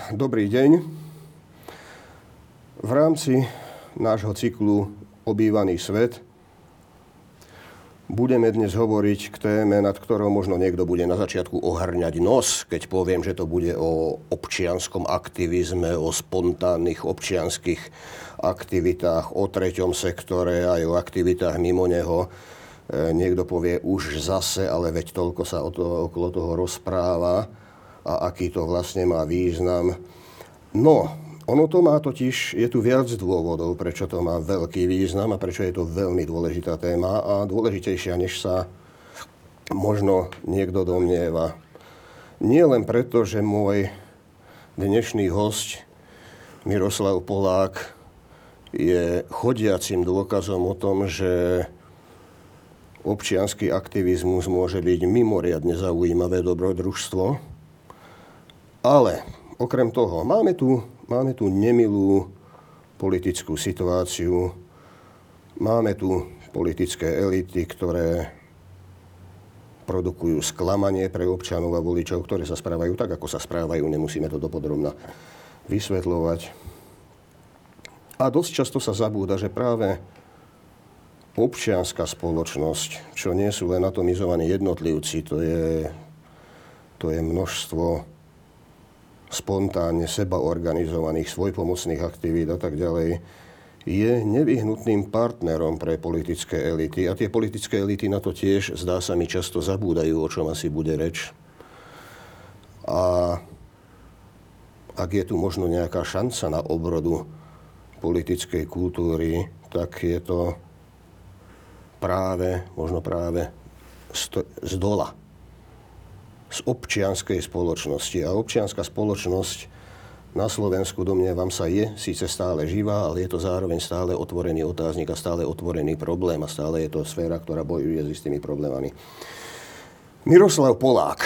dobrý deň. V rámci nášho cyklu Obývaný svet budeme dnes hovoriť k téme, nad ktorou možno niekto bude na začiatku ohrňať nos, keď poviem, že to bude o občianskom aktivizme, o spontánnych občianskych aktivitách, o treťom sektore aj o aktivitách mimo neho. Niekto povie už zase, ale veď toľko sa okolo toho rozpráva a aký to vlastne má význam. No, ono to má totiž, je tu viac dôvodov, prečo to má veľký význam a prečo je to veľmi dôležitá téma a dôležitejšia, než sa možno niekto domnieva. Nie len preto, že môj dnešný hosť Miroslav Polák je chodiacim dôkazom o tom, že občiansky aktivizmus môže byť mimoriadne zaujímavé dobrodružstvo. Ale okrem toho máme tu nemilú politickú situáciu, máme tu politické elity, ktoré produkujú sklamanie pre občanov a voličov, ktoré sa správajú tak, ako sa správajú, nemusíme to dopodrobna vysvetľovať. A dosť často sa zabúda, že práve občianska spoločnosť, čo nie sú len atomizovaní jednotlivci, to je množstvo spontánne sebaorganizovaných svojpomocných aktivít a tak ďalej, je nevyhnutným partnerom pre politické elity. A tie politické elity na to tiež, zdá sa mi, často zabúdajú, o čom asi bude reč. A ak je tu možno nejaká šanca na obrodu politickej kultúry, tak je to možno práve z dola, z občianskej spoločnosti. A občianska spoločnosť na Slovensku, domnievam sa, je síce stále živá, ale je to zároveň stále otvorený otáznik a stále otvorený problém a stále je to sféra, ktorá bojuje s istými problémami. Miroslav Polák,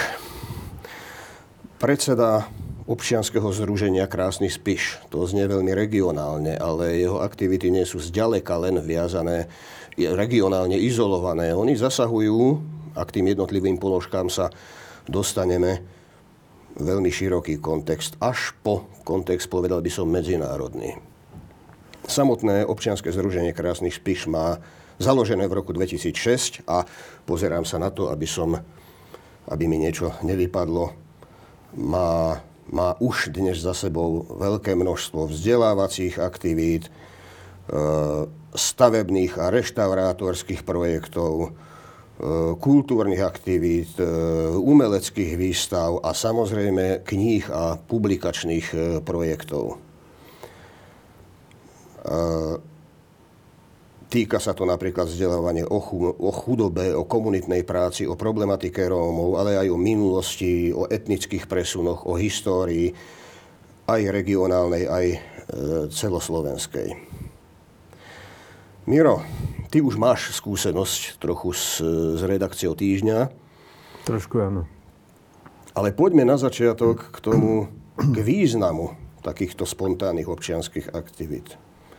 predseda občianskeho združenia Krásny Spiš. To znie veľmi regionálne, ale jeho aktivity nie sú zďaleka len viazané, regionálne izolované. Oni zasahujú, a k tým jednotlivým položkám sa dostaneme, veľmi široký kontext, až po kontext, povedal by som, medzinárodný. Samotné občianske združenie Krásny Spiš má založené v roku 2006 a pozerám sa na to, aby mi niečo nevypadlo, má už dnes za sebou veľké množstvo vzdelávacích aktivít, stavebných a reštaurátorských projektov, kultúrnych aktivít, umeleckých výstav a samozrejme kníh a publikačných projektov. Týka sa to napríklad vzdelávania o chudobe, o komunitnej práci, o problematike Rómov, ale aj o minulosti, o etnických presunoch, o histórii, aj regionálnej, aj celoslovenskej. Miro, ty už máš skúsenosť trochu s redakciou Týždňa. Trošku áno. Ale poďme na začiatok k významu takýchto spontánnych občianskych aktivít.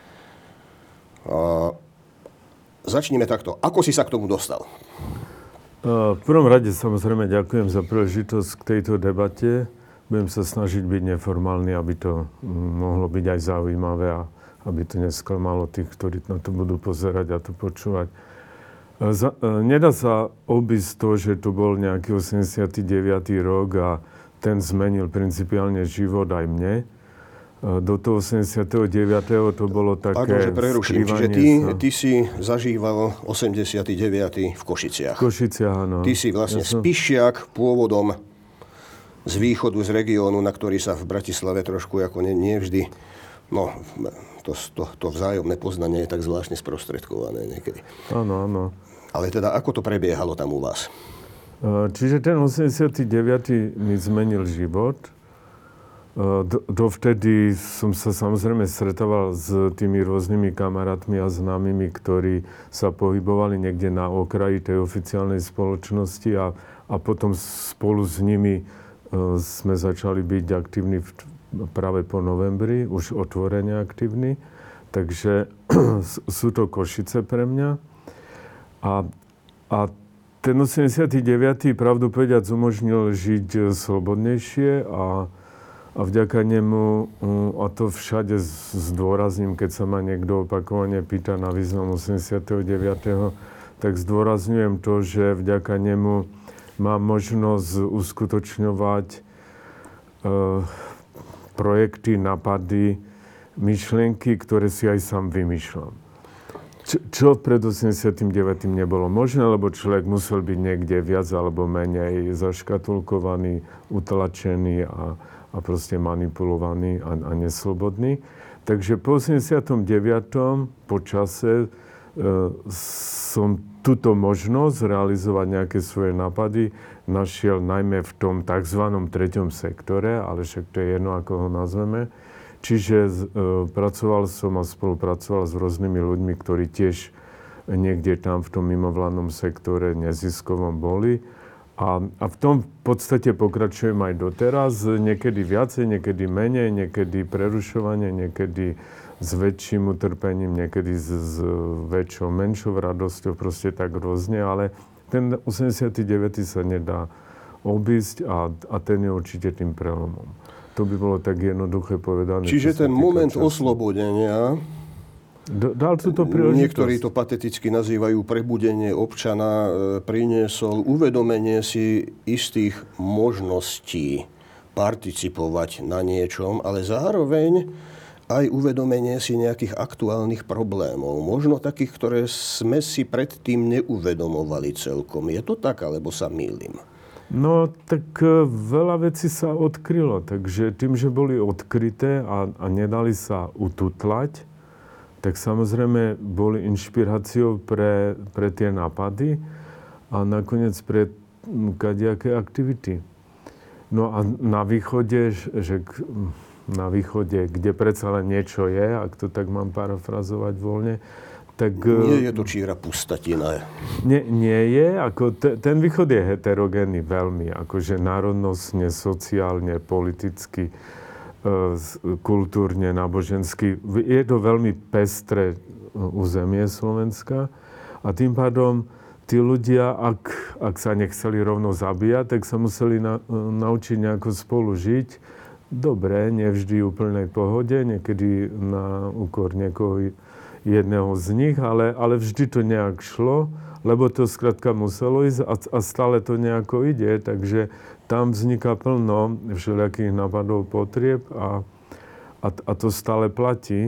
Začnime takto. Ako si sa k tomu dostal? V prvom rade samozrejme ďakujem za príležitosť k tejto debate. Budem sa snažiť byť neformálny, aby to mohlo byť aj zaujímavé a aby to nesklamalo tých, ktorí na to budú pozerať a to počúvať. Nedá sa obísť to, že tu bol nejaký 89. rok a ten zmenil principiálne život aj mne. Do toho 89. to bolo také Pardon, že preruším. Čiže ty si zažíval 89. v Košiciach. V Košiciach, áno. Ty si vlastne spišiak pôvodom z východu, z regiónu, na ktorý sa v Bratislave trošku ako nie vždy, no to vzájomné poznanie je tak zvláštne sprostredkované niekedy. Áno, áno. Ale teda ako to prebiehalo tam u vás? Čiže ten 89. mi zmenil život. Dovtedy som sa samozrejme stretával s tými rôznymi kamarátmi a známymi, ktorí sa pohybovali niekde na okraji tej oficiálnej spoločnosti a potom spolu s nimi sme začali byť aktívni práve po novembri, už otvorene aktívni. Takže sú to Košice pre mňa. A ten 89. pravdu povedať umožnil žiť slobodnejšie a a vďaka nemu, a to všade zdôrazním, keď sa ma niekto opakovane pýta na význam 89., tak zdôrazňujem to, že vďaka nemu mám možnosť uskutočňovať projekty, napady, myšlienky, ktoré si aj sám vymýšľam. Čo pred 89. nebolo možné, lebo človek musel byť niekde viac alebo menej zaškatulkovaný, utlačený a proste manipulovaný a neslobodný. Takže po 89. po čase som túto možnosť realizovať nejaké svoje nápady našiel najmä v tom tzv. Treťom sektore, ale však to je jedno, ako ho nazveme. Čiže pracoval som a spolupracoval s rôznymi ľuďmi, ktorí tiež niekde tam v tom mimovládnom sektore neziskovom boli. A v tom v podstate pokračujem aj doteraz. Niekedy viacej, niekedy menej, niekedy prerušovanie, niekedy s väčším utrpením, niekedy s väčšou, menšou radosťou, proste tak rôzne. Ale ten 89. sa nedá obísť a ten je určite tým prelomom. To by bolo tak jednoduché povedané. Čiže ten moment oslobodenia, dal túto príležitosť. Niektorí to pateticky nazývajú prebudenie občana, priniesol uvedomenie si istých možností participovať na niečom, ale zároveň aj uvedomenie si nejakých aktuálnych problémov. Možno takých, ktoré sme si predtým neuvedomovali celkom. Je to tak, alebo sa mýlim? No, tak veľa vecí sa odkrylo. Takže tým, že boli odkryté a nedali sa ututlať, tak samozrejme boli inšpiráciou pre tie nápady a nakoniec pre kadejaké aktivity. No a na východe, kde predsa len niečo je, ak to tak mám parafrazovať voľne, tak... Nie je to číra pustatina. Nie je. Ten východ je heterogénny veľmi. Akože národnostne, sociálne, politicky, kultúrne, nábožensky. Je to veľmi pestré územie Slovenska. A tým pádom tí ľudia, ak sa nechceli rovno zabíjať, tak sa museli naučiť nejako spolu žiť. Dobre, nevždy v úplnej pohode, niekedy na úkor niekoho jedného z nich, ale vždy to nejak šlo, lebo to skrátka muselo ísť a stále to nejako ide, takže tam vzniká plno všelijakých nápadov, potrieb a to stále platí.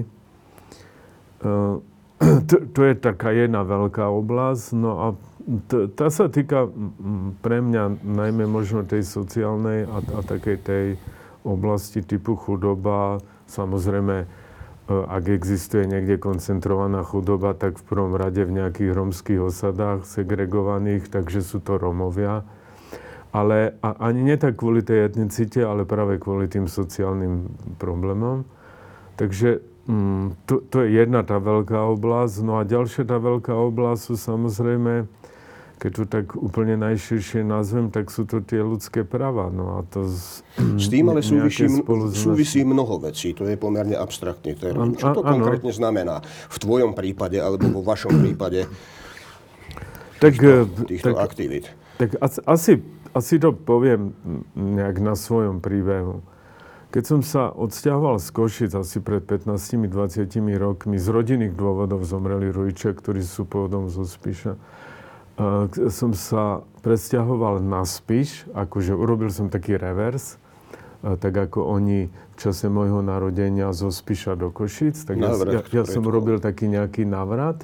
To je taká jedna veľká oblasť, no a tá sa týka pre mňa najmä možno tej sociálnej a takej tej oblasti typu chudoba. Samozrejme, ak existuje niekde koncentrovaná chudoba, tak v prvom rade v nejakých rómskych osadách segregovaných, takže sú to Rómovia. Ale ani nie tak kvôli tej etnicite, ale práve kvôli tým sociálnym problémom. Takže to je jedna tá veľká oblasť. No a ďalšia tá veľká oblasť sú samozrejme, keď to tak úplne najširšie nazvem, tak sú to tie ľudské práva. No a to s tým ale súvisí mnoho vecí. To je pomerne abstraktný termín. Čo to konkrétne znamená v tvojom prípade alebo vo vašom prípade týchto aktivít? Tak asi to poviem nejak na svojom príbehu. Keď som sa odsťahoval z Košic asi pred 15-20 rokmi, z rodinných dôvodov zomreli rodičia, ktorí sú pôvodom zo Spiša. Som sa presťahoval na Spiš, akože urobil som taký revers, tak ako oni v čase môjho narodenia zo Spiša do Košic, tak ja som urobil taký nejaký návrat.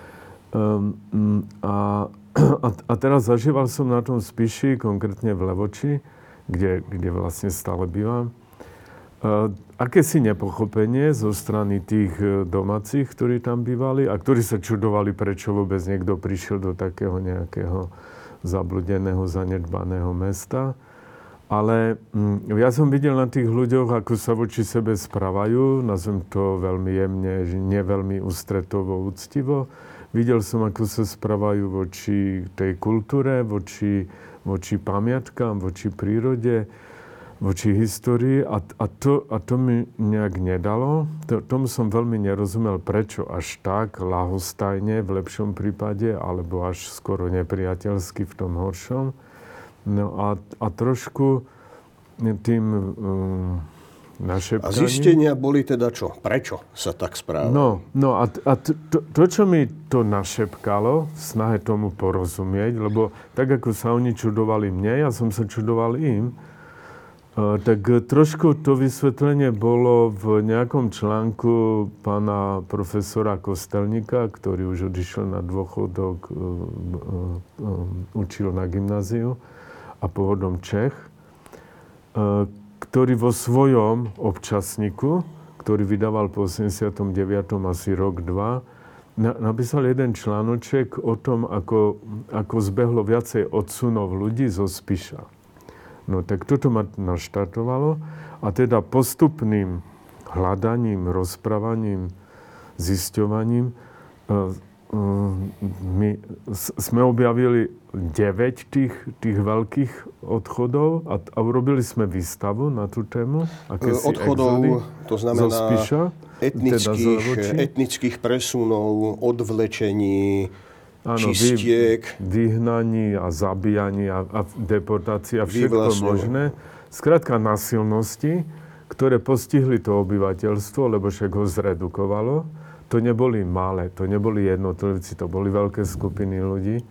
A teraz zažíval som na tom Spiši, konkrétne v Levoči, kde vlastne stále bývam, akési nepochopenie zo strany tých domácich, ktorí tam bývali a ktorí sa čudovali, prečo vôbec niekto prišiel do takého nejakého zabludeného, zanedbaného mesta. Ale ja som videl na tých ľuďoch, ako sa voči sebe správajú, nazvem to veľmi jemne, nie veľmi ústretovo, úctivo. Videl som, ako sa správajú voči tej kultúre, voči pamiatkám, voči prírode, voči histórii a to mi nejak nedalo. Tomu som veľmi nerozumel, prečo až tak ľahostajne v lepšom prípade, alebo až skoro nepriateľsky v tom horšom. No a trošku tým našepkaním. A zistenia boli teda čo? Prečo sa tak správali? No a to, čo mi to našepkalo, v snahe tomu porozumieť, lebo tak, ako sa oni čudovali mne, ja som sa čudoval im, tak trošku to vysvetlenie bolo v nejakom článku pána profesora Kostelníka, ktorý už odišiel na dôchodok, učil na gymnáziu a pôvodom Čech, ktorý vo svojom občasníku, ktorý vydával po 89. asi rok, dva, napísal jeden článoček o tom, ako zbehlo viacej odsunov ľudí zo Spiša. No tak toto ma naštartovalo a teda postupným hľadaním, rozprávaním, zisťovaním my sme objavili 9 tých veľkých odchodov a urobili sme výstavu na tú tému. Odchodov, to znamená zo Spiša, etnických presunov, odvlečení, čistiek. Vyhnaní a zabíjaní a deportácií a všetko možné. Skrátka násilnosti, ktoré postihli to obyvateľstvo, lebo však ho zredukovalo. To neboli malé, to neboli jednotlivci, to boli veľké skupiny ľudí.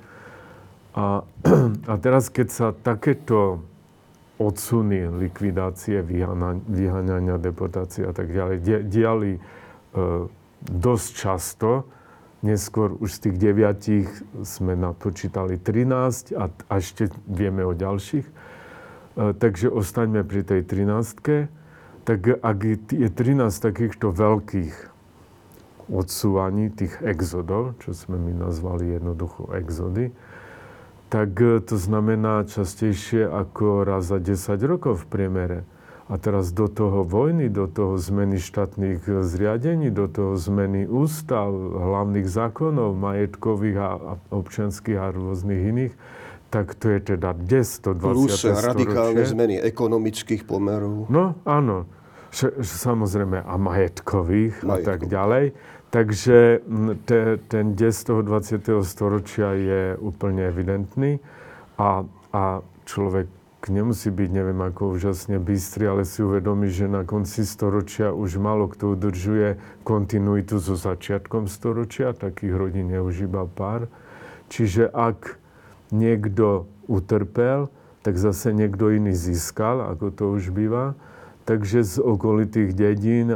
A teraz, keď sa takéto odsuny, likvidácie, vyháňania, deportácie a tak ďalej diali dosť často, neskôr už z tých 9 sme napočítali 13 a ešte vieme o ďalších. Takže ostaňme pri tej 13. Tak ak je 13 takýchto veľkých odsúvaní, tých exodov, čo sme my nazvali jednoducho exody, tak to znamená častejšie ako raz za 10 rokov v priemere. A teraz do toho vojny, do toho zmeny štátnych zriadení, do toho zmeny ústav, hlavných zákonov, majetkových a občianskych a rôznych iných, tak to je teda 10. 20. Plus radikálne zmeny ekonomických pomerov. No áno, samozrejme a majetkových a tak ďalej. Takže ten 10. 20. storočia je úplne evidentný a človek nemusí byť, neviem ako úžasne bystrý, ale si uvedomí, že na konci storočia už málo kto udržuje kontinuitu so začiatkom storočia, takých rodín je už iba pár. Čiže ak niekto utrpel, tak zase niekto iný získal, ako to už býva. Takže z okolitých dedín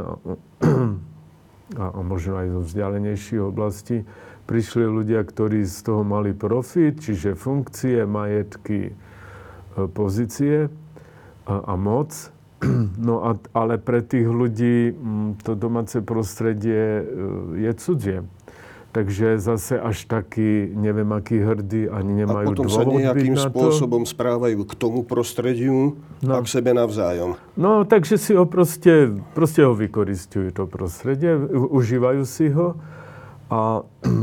a možno aj zo vzdialenejších oblastí prišli ľudia, ktorí z toho mali profit, čiže funkcie, majetky, pozície a moc. No ale pre tých ľudí to domáce prostredie je cudzie. Takže zase až taký, neviem aký hrdý, ani nemajú dôvod byť na to. A potom sa nejakým spôsobom správajú k tomu prostrediu a k sebe navzájom. No, takže si ho proste ho vykoristujú, to prostredie, užívajú si ho a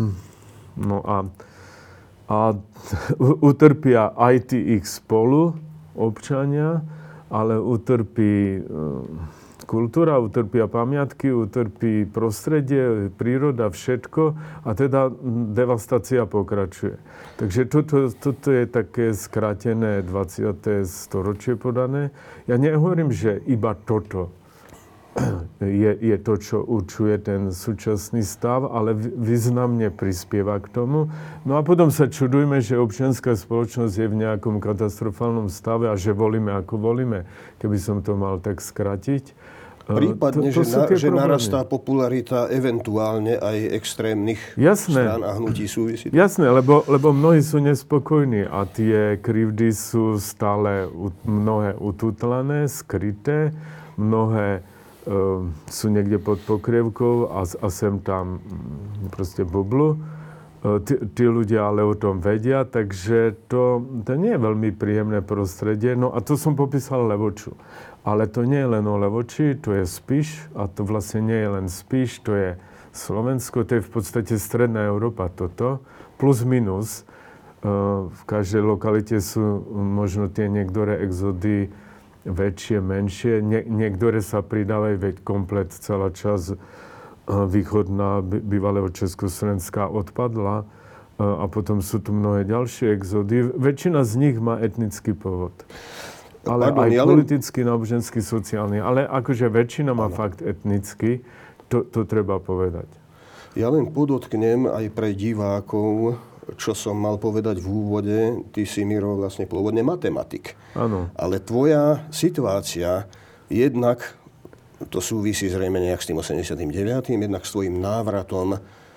utrpia aj tí ich spolu občania, ale utrpí kultúra, utrpia pamiatky, utrpí prostredie, príroda, všetko a teda devastácia pokračuje. Takže toto je také skrátené 20. storočie podané. Ja nehovorím, že iba toto je to, čo určuje ten súčasný stav, ale významne prispieva k tomu. No a potom sa čudujme, že občianská spoločnosť je v nejakom katastrofálnom stave a že volíme ako volíme, keby som to mal tak skrátiť. Prípadne, že narastá popularita eventuálne aj extrémnych strán a hnutí súvisí. Jasné, lebo mnohí sú nespokojní a tie krivdy sú stále mnohé ututlané, skryté, mnohé sú niekde pod pokrievkou a sem tam proste bublu. Tí ľudia ale o tom vedia, takže to nie je veľmi príjemné prostredie. No a to som popísal Levoču. Ale to nie je len o Levoči, to je Spiš a to vlastne nie je len Spiš, to je Slovensko, to je v podstate stredná Európa toto, plus minus. V každej lokalite sú možno tie niektoré exody väčšie, menšie. Niektoré sa pridávajú, veď komplet celá časť východná bývalého Československa odpadla a potom sú tu mnohé ďalšie exody. Väčšina z nich má etnický pôvod. Ale aj politicky, náboženský, sociálny. Ale akože väčšina má fakt etnicky, to treba povedať. Ja len podotknem aj pre divákov, čo som mal povedať v úvode. Ty si, Miro, vlastne pôvodne matematik. Áno. Ale tvoja situácia jednak, to súvisí zrejme nejak s tým 89., jednak s tvojim návratom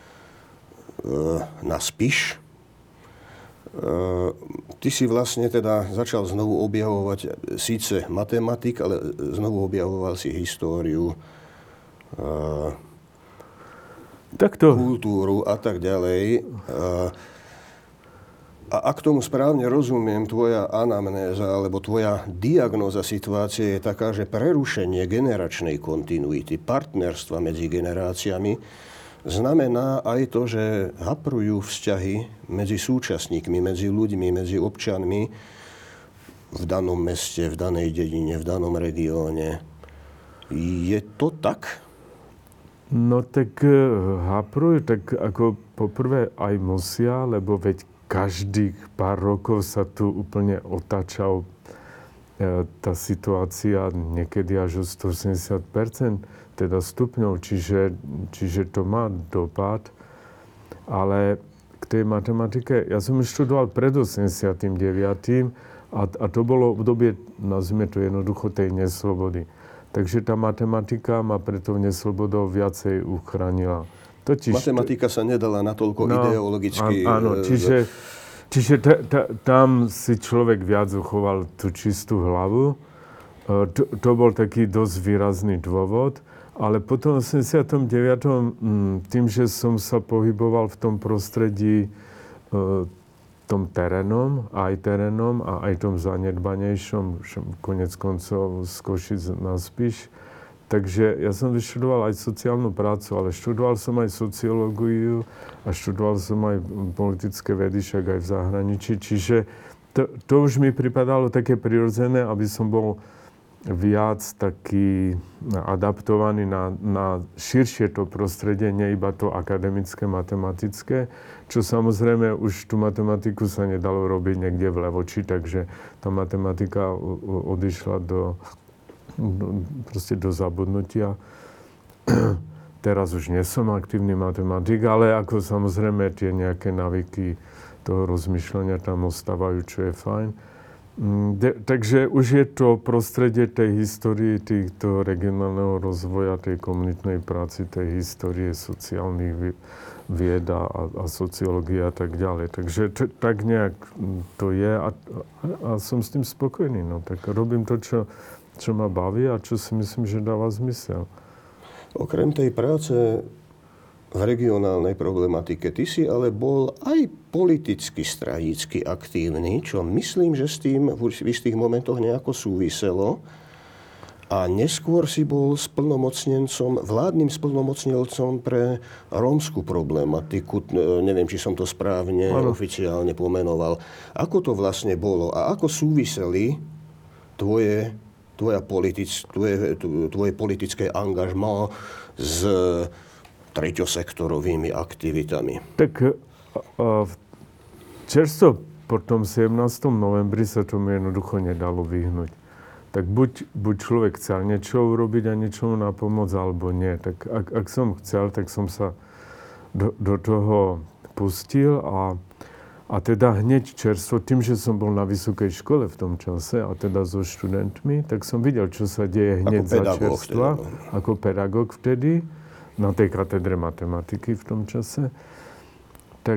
na Spiš. Ty si vlastne teda začal znovu objavovať síce matematik, ale znovu objavoval si históriu, kultúru a tak ďalej. A ak tomu správne rozumiem, tvoja anamnéza alebo tvoja diagnóza situácie je taká, že prerušenie generačnej kontinuity, partnerstva medzi generáciami znamená aj to, že haprujú vzťahy medzi súčasníkmi, medzi ľuďmi, medzi občanmi v danom meste, v danej dedine, v danom regióne. Je to tak? No tak haprujú, tak ako poprvé aj musia, lebo veď každých pár rokov sa tu úplne otáča tá situácia niekedy až o 180%, teda stupňov, čiže to má dopad. Ale k tej matematike, ja som študoval pred 89. A to bolo obdobie, nazvime to jednoducho, tej neslobody. Takže tá matematika ma preto neslobodou viacej uchránila. Matematika sa nedala natoľko ideologicky... Áno, čiže tam si človek viac uchoval tú čistú hlavu. To bol taký dosť výrazný dôvod. Ale potom v 89. Tým, že som sa pohyboval v tom prostredí tom terénom a aj tom zanedbanejšom, konec koncov z Košic na Spiš. Takže ja som vyštudoval aj sociálnu prácu, ale študoval som aj sociológiu a študoval som aj politické vedy, však aj v zahraničí. Čiže to už mi pripadalo také prirodzené, aby som bol viac taký adaptovaný na širšie to prostredie, nie iba to akademické, matematické, čo samozrejme už tú matematiku sa nedalo robiť niekde v Levoči, takže tá matematika odišla do zabudnutia. Teraz už nie som aktívny matematik, ale ako samozrejme tie nejaké navyky toho rozmýšľania tam ostávajú, čo je fajn. Takže už je to prostredie tej histórie, toho regionálneho rozvoja, tej komunitnej práci, tej histórie sociálnych vied a sociológie a tak ďalej. Takže tak nejak to je a som s tým spokojný. No. Tak robím to, čo ma baví a čo si myslím, že dáva zmysel. Okrem tej práce v regionálnej problematike, ty si ale bol aj politicky, stranícky aktívny, čo myslím, že s tým v istých momentoch nejako súviselo. A neskôr si bol vládnym splnomocnelcom pre rómsku problematiku. Neviem, či som to správne oficiálne pomenoval. Ako to vlastne bolo a ako súviseli tvoje politické angažmá s treťosektorovými aktivitami? Tak čerstvo po tom 17. novembri sa tomu jednoducho nedalo vyhnúť. Tak buď človek chcel niečo urobiť a niečomu napomôcť, alebo nie. Tak ak som chcel, tak som sa do toho pustil a teda hneď čerstvo, tým, že som bol na vysokej škole v tom čase a teda so študentmi, tak som videl, čo sa deje hneď za čerstva. Ako pedagóg vtedy, na tej katedre matematiky v tom čase. Tak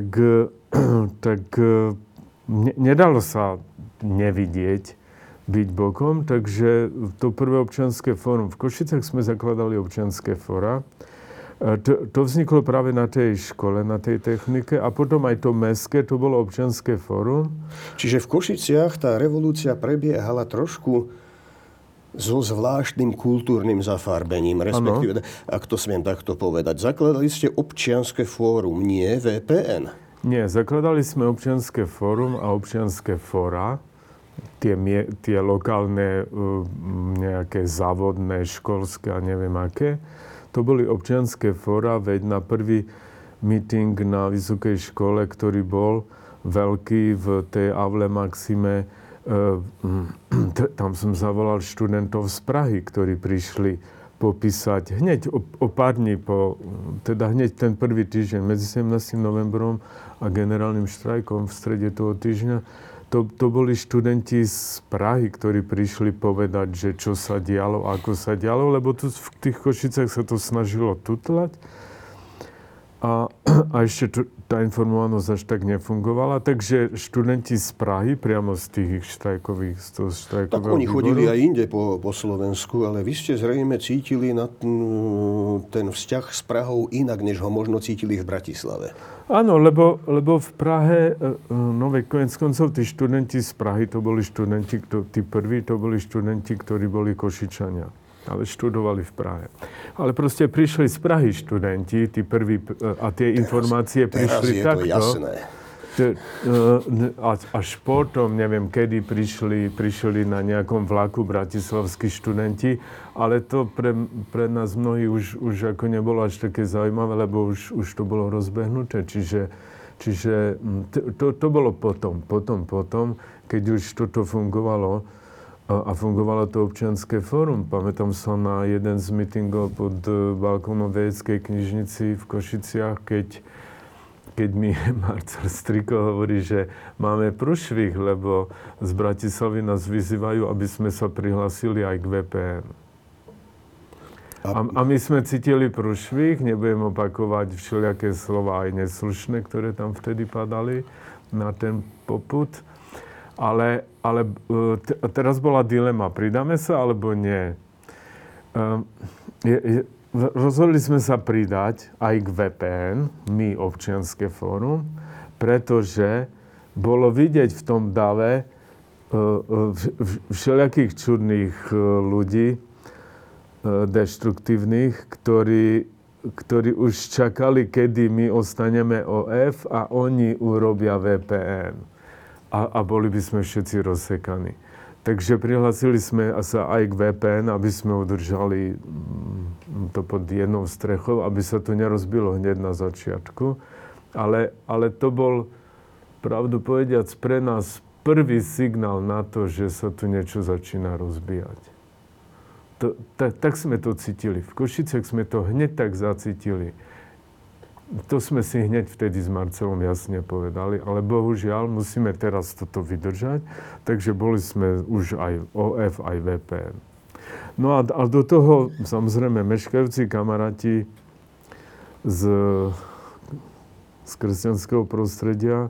nedalo sa nevidieť, byť bokom, takže to prvé občianske fórum. V Košicách sme zakladali občianske fóra. To vzniklo práve na tej škole, na tej technike a potom aj to mestské, to bolo občianske fórum. Čiže v Košiciach tá revolúcia prebiehala trošku so zvláštnym kultúrnym zafarbením, respektíve, ak to smiem takto povedať. Zakladali ste občianske fórum, nie VPN. Nie, zakladali sme občianske fórum a občianske fóra. Tie lokálne nejaké závodné, školské a neviem aké. To boli občianske fóra, veď na prvý meeting na vysokej škole, ktorý bol veľký v tej Avle Maxime, tam som zavolal študentov z Prahy, ktorí prišli popísať hneď o pár dní teda hneď ten prvý týždeň medzi 17. novembrom a generálnym štrajkom v strede toho týždňa. To boli študenti z Prahy, ktorí prišli povedať, že čo sa dialo, ako sa dialo, lebo tu v tých Košicách sa to snažilo tutlať. A ešte tá informovanosť až tak nefungovala, takže študenti z Prahy, priamo z tých štrajkových, z toho štrajkového Tak oni výboru, chodili aj inde po Slovensku, ale vy ste zrejme cítili na ten vzťah s Prahou inak, než ho možno cítili v Bratislave. Áno, lebo v Prahe, konec koncov, tí študenti z Prahy, to boli študenti, tí prví, to boli študenti, ktorí boli Košičania, ale študovali v Prahe. Ale proste prišli z Prahy študenti, tí prví, a tie informácie prišli takto. Teraz je to jasné. Až potom, neviem, kedy prišli na nejakom vlaku bratislavskí študenti, ale to pre nás mnohí už ako nebolo až také zaujímavé, lebo už to bolo rozbehnuté. Čiže to bolo potom, keď už toto fungovalo a fungovalo to občianske fórum. Pamätám sa na jeden z meetingov pod balkónom Vedeckej knižnici v Košiciach, keď mi Marcel Striko hovorí, že máme prúšvih, lebo z Bratislavy nás vyzývajú, aby sme sa prihlásili aj k VPN. A my sme cítili prúšvih, nebudem opakovať všelijaké slova aj neslušné, ktoré tam vtedy padali na ten popud. Ale teraz bola dilema, pridáme sa alebo nie. Rozhodli sme sa pridať aj k VPN, my občianske fórum, pretože bolo vidieť v tom dave všelijakých čudných ľudí, deštruktívnych, ktorí už čakali, kedy my ostaneme OF a oni urobia VPN. A boli by sme všetci rozsekaní. Takže prihlásili sme sa aj k VPN, aby sme udržali to pod jednou strechou, aby sa to nerozbilo hneď na začiatku. Ale to bol, pravdu povediac, pre nás prvý signál na to, že sa tu niečo začína rozbíjať. Tak sme to cítili. V Košicech sme to hneď tak zacítili. To sme si hneď vtedy s Marcelom jasne povedali, ale bohužiaľ musíme teraz toto vydržať, takže boli sme už aj OF, aj VPN. No a do toho samozrejme meškajúci kamaráti z kresťanského prostredia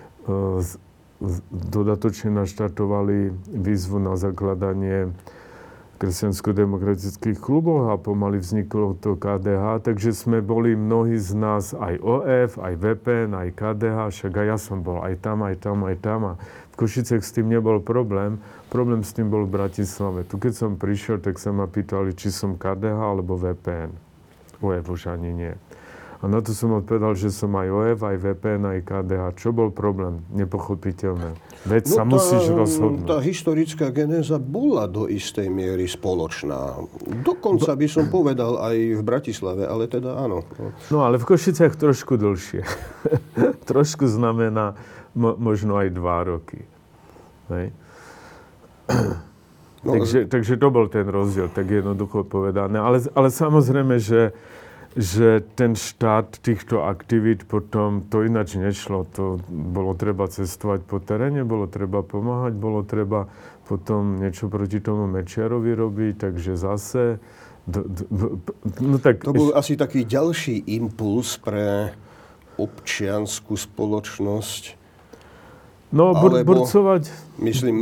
dodatočne naštartovali výzvu na zakladanie kresťansko-demokratických kluboch a pomaly vzniklo to KDH, takže sme boli mnohí z nás aj OF, aj VPN, aj KDH, však aj ja som bol aj tam. A v Košicech s tým nebol problém. Problém s tým bol v Bratislave. Tu keď som prišiel, tak sa ma pýtali, či som KDH alebo VPN. OF už ani nie. A na to som odpovedal, že som aj OF, aj VPN, aj KDH. Čo bol problém? Nepochopiteľné. Veď sa musíš rozhodnúť. Tá historická genéza bola do istej miery spoločná. Dokonca by som povedal aj v Bratislave, ale teda áno. No ale v Košiciach trošku dlhšie. Trošku znamená možno aj 2 roky. Hej. No, takže to bol ten rozdiel, tak jednoducho povedané. Ale samozrejme, že ten štát týchto aktivít potom, to ináč nešlo. To bolo treba cestovať po teréne, bolo treba pomáhať, bolo treba potom niečo proti tomu Mečiarovi robiť, takže zase... No tak, to bol asi taký ďalší impuls pre občiansku spoločnosť. No, burcovať... Myslím,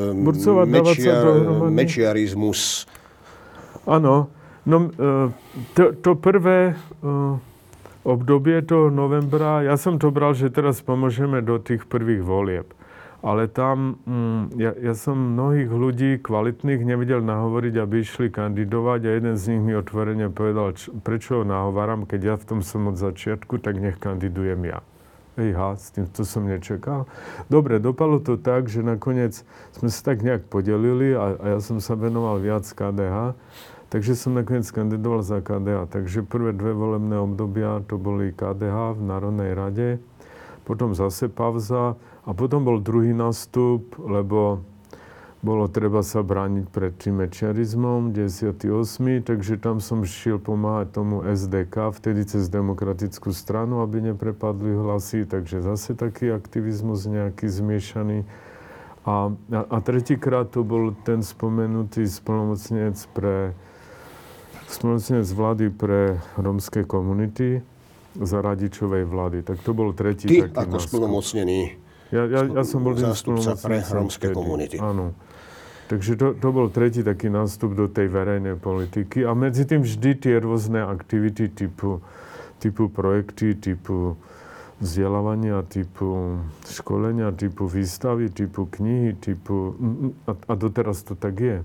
mečiarizmus. Áno. No, to prvé obdobie toho novembra, ja som to bral, že teraz pomôžeme do tých prvých volieb. Ale tam, ja som mnohých ľudí kvalitných nevedel nahovoriť, aby išli kandidovať a jeden z nich mi otvorene povedal, prečo ho nahováram, keď ja v tom som od začiatku, tak nech kandidujem ja. S tým to som nečakal. Dobre, dopadlo to tak, že nakoniec sme sa tak nejak podelili a ja som sa venoval viac KDH. Takže som nakoniec kandidoval za KDH. Takže prvé 2 volebné obdobia to boli KDH v Národnej rade, potom zase pauza a potom bol druhý nástup, lebo bolo treba sa brániť pred tým mečiarizmom, 98. Takže tam som šiel pomáhať tomu SDK, vtedy cez Demokratickú stranu, aby neprepadli hlasy. Takže zase taký aktivizmus nejaký zmiešaný. A tretíkrát to bol ten spomenutý splnomocnenec vlády pre rómske komunity za Radičovej vlády. Tak to bol tretí Ty taký ako nástup. splnomocnený Ja som bol zástupca pre rómske vtedy. komunity. Áno. Takže to bol tretí taký nástup do tej verejnej politiky. A medzi tým vždy tie rôzne aktivity typu projekty, typu vzdelávania, typu školenia, typu výstavy, typu knihy, a doteraz to tak je.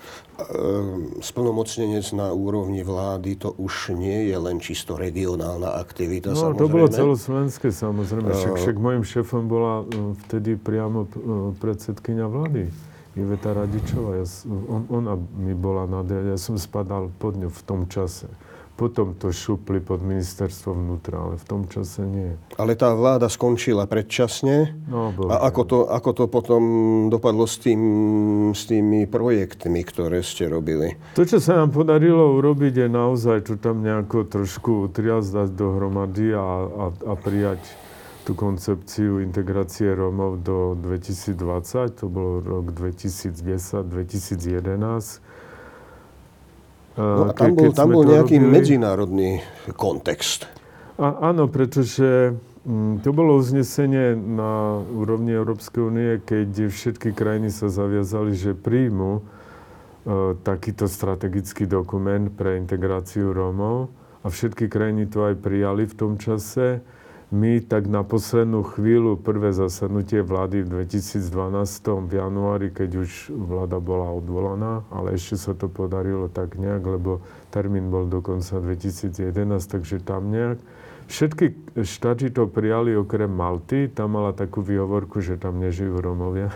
Splnomocnenec na úrovni vlády to už nie je len čisto regionálna aktivita, No, samozrejme. to bolo celoslovenské, samozrejme. Však môjim šéfom bola vtedy priamo predsedkyňa vlády, Iveta Radičová. Ona mi bola ja som spadal pod ňu v tom čase. Potom to šupli pod ministerstvo vnútra, ale v tom čase nie. Ale tá vláda skončila predčasne. No, A ako to potom dopadlo s tými projektmi, ktoré ste robili? To, čo sa nám podarilo urobiť, je naozaj to tam nejako trošku utriasť, dať dohromady a prijať tú koncepciu integrácie Rómov do 2020. To bol rok 2010-2011. No a tam bol nejaký medzinárodný kontext. Áno, pretože to bolo uznesenie na úrovni Európskej únie, keď všetky krajiny sa zaviazali, že príjmu takýto strategický dokument pre integráciu Rómov. A všetky krajiny to aj prijali v tom čase. My tak na poslednú chvíľu, prvé zasadnutie vlády v 2012 v januári, keď už vláda bola odvolaná, ale ešte sa to podarilo tak nejak, lebo termín bol do konca 2011, takže tam nejak. Všetky štáty to prijali okrem Malty, tam mala takú výhovorku, že tam nežijú Rómovia.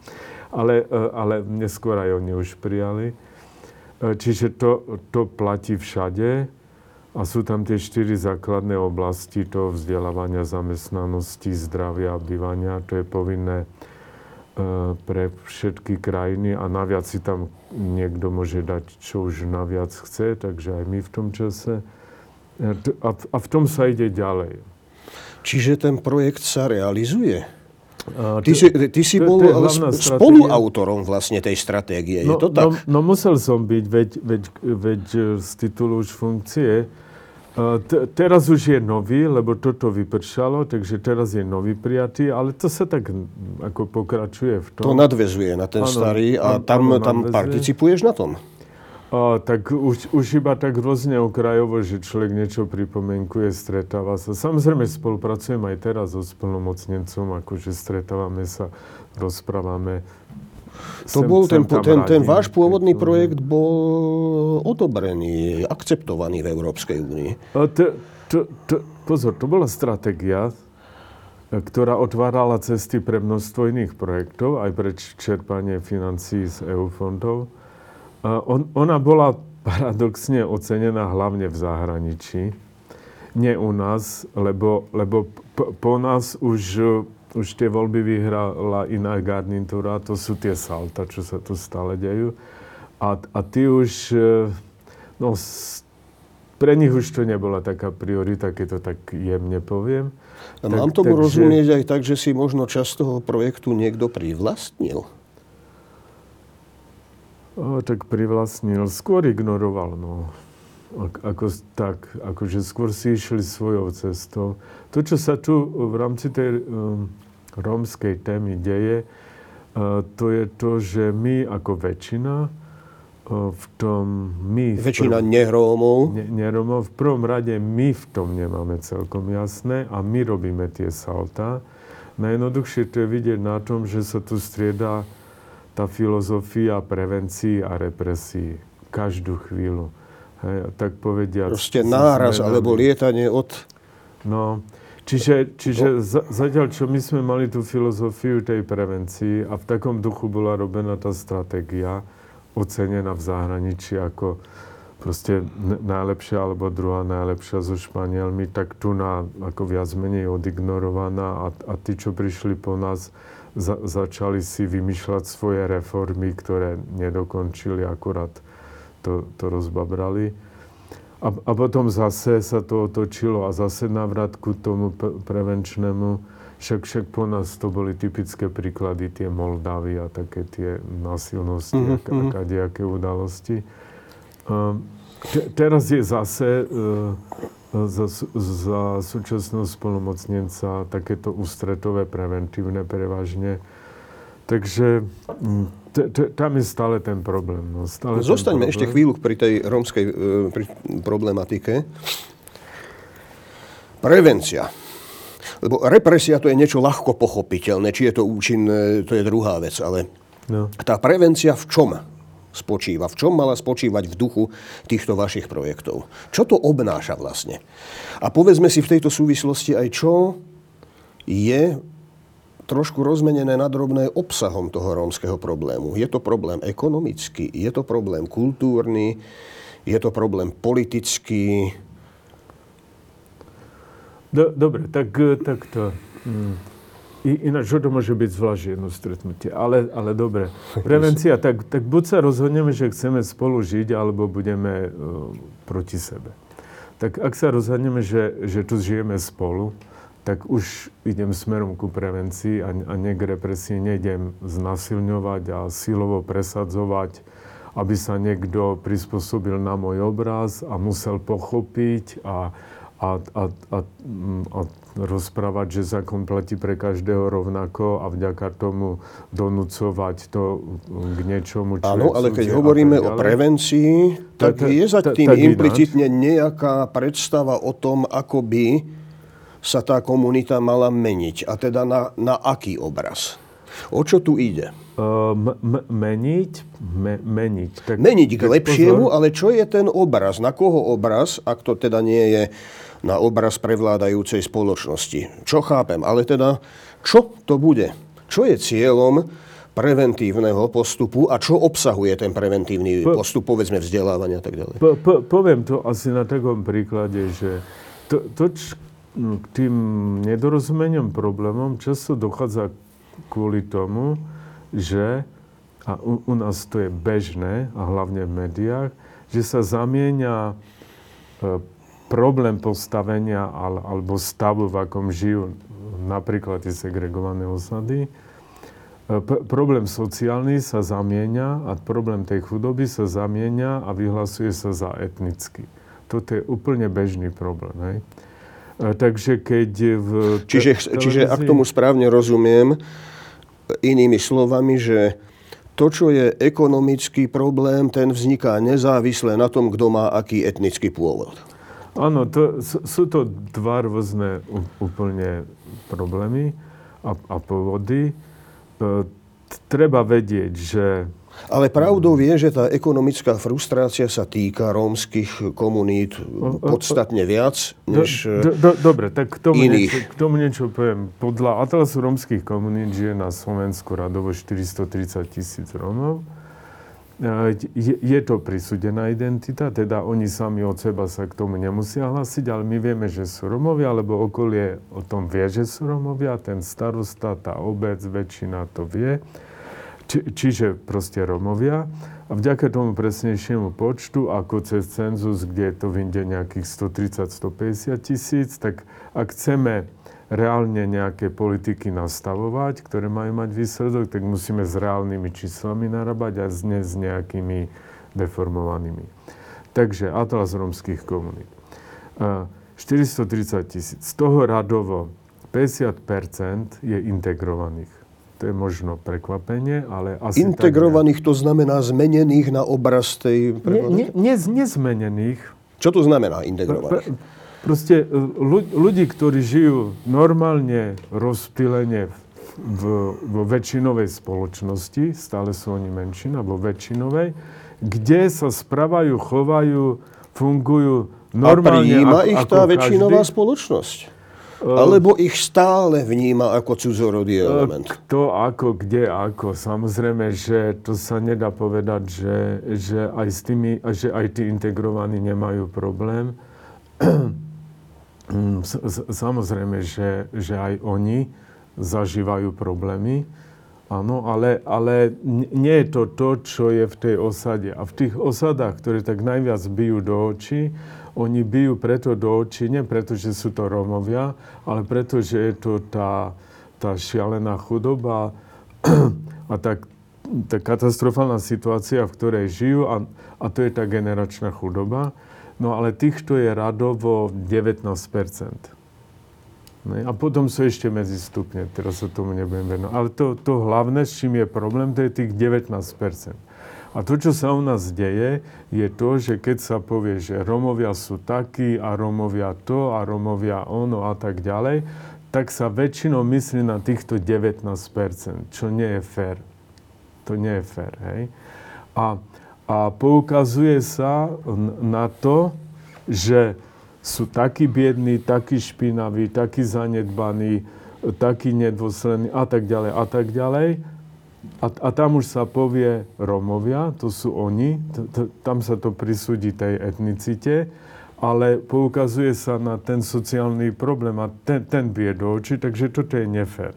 ale neskôr aj oni už prijali. Čiže to platí všade. A sú tam tie 4 základné oblasti toho vzdelávania, zamestnanosti, zdravia a bývania. To je povinné pre všetky krajiny a naviac si tam niekto môže dať, čo už naviac chce, takže aj my v tom čase. A v tom sa ide ďalej. Čiže ten projekt sa realizuje? Ty si to bol je hlavná spoluautorom vlastne tej stratégie, je to tak? No musel som byť, veď z titulu už funkcie. Teraz už je nový, lebo toto vypršalo, takže teraz je nový prijatý, ale to sa tak ako pokračuje v tom. To nadväzuje na ten starý a tam participuješ na tom? Tak už iba tak rôzne okrajovo, že človek niečo pripomienkuje, stretáva sa. Samozrejme spolupracujem aj teraz so splnomocnencom, akože stretávame sa, rozprávame. Ten váš pôvodný projekt bol odobrený, akceptovaný v Európskej únii. Pozor, to bola stratégia, ktorá otvárala cesty pre množstvo iných projektov, aj pre čerpanie financií z EU fondov. Ona bola paradoxne ocenená hlavne v zahraničí. Nie u nás, lebo po nás už tie voľby vyhrala iná garnitúra, to sú tie salta, čo sa tu stále dejú. A tí už, pre nich už to nebola taká priorita, keď to tak jemne poviem. Mám tomu rozumieť aj tak, že si možno časť toho projektu niekto privlastnil? Tak privlastnil, skôr ignoroval, no. Akože skôr si išli svojou cestou. To, čo sa tu v rámci tej rómskej témy deje, to je to, že my ako väčšina väčšina nerómov. Nerómov. V prvom rade my v tom nemáme celkom jasné a my robíme tie saltá. Najjednoduchšie to je vidieť na tom, že sa tu strieda tá filozofia prevencií a represí každú chvíľu. Hej, tak povediať. Proste náraz alebo lietanie od... No, čiže zatiaľ, čo my sme mali tú filozofiu tej prevencii a v takom duchu bola robená tá stratégia, ocenená v zahraničí ako proste najlepšia alebo druhá najlepšia so Španielmi, tak tu ako viac menej odignorovaná a tí, čo prišli po nás, začali si vymýšľať svoje reformy, ktoré nedokončili, akurát to rozbabrali. A potom zase sa to otočilo a zase návrat ku tomu prevenčnému. Však po nás to boli typické príklady, tie Moldavy a také tie násilnosti a kadejaké udalosti. Teraz je zase za súčasného spolnomocnenca takéto ústretové preventívne prevažne. Takže tam je stále ten problém. No, zostaňme ešte chvíľu pri tej rómskej problematike. Prevencia. Lebo represia to je niečo ľahko pochopiteľné. Či je to účinné, to je druhá vec. Ale tá prevencia v čom spočíva? V čom mala spočívať v duchu týchto vašich projektov? Čo to obnáša vlastne? A povedzme si v tejto súvislosti aj, čo je trošku rozmenené na drobné obsahom toho rómskeho problému. Je to problém ekonomický, je to problém kultúrny, je to problém politický. Dobre, takto. Ináč, to môže byť zvlášť jedno stretnutie. Ale dobre. Prevencia, tak buď sa rozhodneme, že chceme spolu žiť, alebo budeme proti sebe. Tak ak sa rozhodneme, že tu žijeme spolu, tak už idem smerom ku prevencii a nie k represii, nejdem znasilňovať a silovo presadzovať, aby sa niekto prispôsobil na môj obraz a musel pochopiť a rozprávať, že zákon platí pre každého rovnako a vďaka tomu donúcovať to k niečomu, čo áno, ale keď hovoríme o prevencii, tak je za tým implicitne nejaká predstava o tom, ako by sa tá komunita mala meniť. A teda na aký obraz? O čo tu ide? Meniť. Meniť k lepšiemu, ale čo je ten obraz? Na koho obraz, ak to teda nie je na obraz prevládajúcej spoločnosti? Čo chápem? Ale teda, čo to bude? Čo je cieľom preventívneho postupu a čo obsahuje ten preventívny postup, povedzme vzdelávania a tak ďalej? Poviem to asi na takom príklade, že k tým nedorozumeniam, problémom často dochádza kvôli tomu, že, a u nás to je bežné, a hlavne v médiách, že sa zamieňa problém postavenia alebo stavu, v akom žijú napríklad tie segregované osady. Problém sociálny sa zamieňa a problém tej chudoby sa zamieňa a vyhlasuje sa za etnický. Toto je úplne bežný problém, hej? Takže keď Čiže ak tomu správne rozumiem, inými slovami, že to, čo je ekonomický problém, ten vzniká nezávisle na tom, kto má aký etnický pôvod. Áno, sú to dva rôzne úplne problémy a pôvody. Treba vedieť, že... Ale pravdou je, že tá ekonomická frustrácia sa týka rómskych komunít podstatne viac, než Dobre, tak iných. K tomu niečo poviem. Podľa Atlasu rómskych komunít žije na Slovensku radovo 430 000 Rómov. Je to prisúdená identita, teda oni sami od seba sa k tomu nemusia hlásiť, ale my vieme, že sú Rómovia, alebo okolie o tom vie, že sú Rómovia, ten starosta, tá obec, väčšina to vie. Čiže proste Rómovia. A vďaka tomu presnejšiemu počtu, ako cez cenzus, kde je to vyjde nejakých 130-150 tisíc, tak ak chceme reálne nejaké politiky nastavovať, ktoré majú mať výsledok, tak musíme s reálnymi číslami narábať a nie s nejakými deformovanými. Takže Atlas rómskych komunít. 430 000. Z toho radovo 50% je integrovaných. To je možno prekvapenie, ale asi... Integrovaných, to znamená zmenených na obraz tej... Nezmenených. Čo to znamená integrovaných? Proste ľudí, ktorí žijú normálne rozptýlene vo väčšinovej spoločnosti, stále sú oni menšina, vo väčšinovej, kde sa správajú, chovajú, fungujú normálne. A prijíma ich tá väčšinová spoločnosť? Alebo ich stále vníma ako cudzorodý element? Kto, ako, kde, ako. Samozrejme, že to sa nedá povedať, že aj s tými, že aj tí integrovaní nemajú problém. Samozrejme, že aj oni zažívajú problémy. Áno, ale nie je to to, čo je v tej osade. A v tých osadách, ktoré tak najviac bijú do očí, oni bijú preto do očí, nie preto, že sú to Rómovia, ale preto, že je to tá šialená chudoba a tá katastrofálna situácia, v ktorej žijú a to je tá generačná chudoba. No ale týchto je radovo 19%. A potom sú ešte medzistupne, teraz sa tomu nebudem venovať. Ale to hlavné, s čím je problém, to je tých 19%. A to, čo sa u nás deje, je to, že keď sa povie, že Rómovia sú takí a Rómovia to a Rómovia ono a tak ďalej, tak sa väčšinou myslí na týchto 19%, čo nie je fér. To nie je fér, hej. A poukazuje sa na to, že sú takí biední, takí špinaví, takí zanedbaní, takí nedôslední a tak ďalej a tak ďalej. A tam už sa povie Rómovia, to sú oni, tam sa to prisúdi tej etnicite, ale poukazuje sa na ten sociálny problém a ten bije do očí, takže toto je nefér.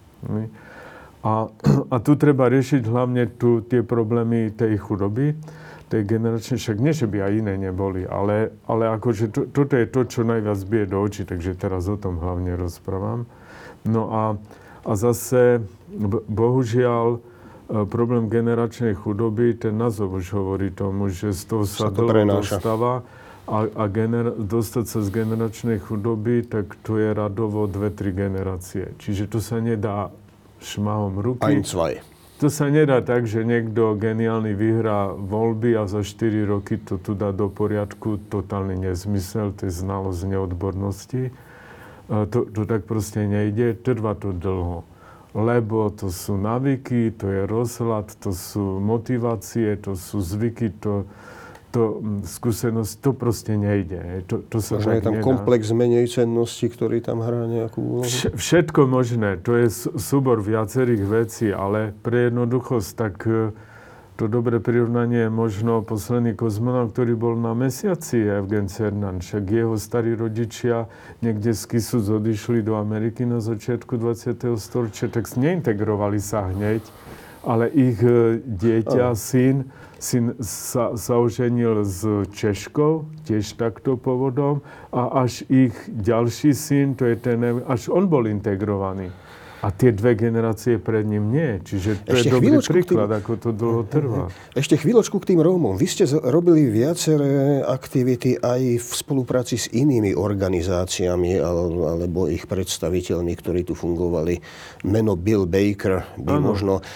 A tu treba riešiť hlavne tie problémy tej chudoby, tej generačnej, však nie, že by aj iné neboli, ale akože toto je to, čo najviac bije do očí, takže teraz o tom hlavne rozprávam. No a zase, bohužiaľ, problém generačnej chudoby, ten názov už hovorí tomu, že z toho sa dlho dostáva a dostať sa z generačnej chudoby, tak to je radovo 2-3 generácie. Čiže to sa nedá šmahom ruky. Ein, zwei. To sa nedá tak, že niekto geniálny vyhrá voľby a za 4 roky to tu dá do poriadku. Totálny nezmysel, to je znalosť neodbornosti. To tak proste nejde, trvá to dlho. Lebo to sú návyky, to je rozhľad, to sú motivácie, to sú zvyky, to skúsenosť, to proste nejde. To sa možno tak je tam nedá. komplex menej cennosti, ktorý tam hrá nejakú úlohu? Všetko možné. To je súbor viacerých vecí, ale pre jednoduchosť, tak to dobré prirovnanie je možno posledný kozmonaut, ktorý bol na mesiaci, Evgen Cernan. Však jeho starí rodičia niekde z Kisúc odišli do Ameriky na začiatku 20. storočia, tak neintegrovali sa hneď, ale ich dieťa, syn sa oženil s Češkou, tiež takto pôvodom, a až ich ďalší syn, to je až on bol integrovaný. A tie 2 generácie pred ním nie. Čiže to je dobrý príklad, ako to dlho trvá. Ešte chvíľočku k tým Rómom. Vy ste robili viaceré aktivity aj v spolupráci s inými organizáciami alebo ich predstaviteľmi, ktorí tu fungovali. Meno Bill Baker by možno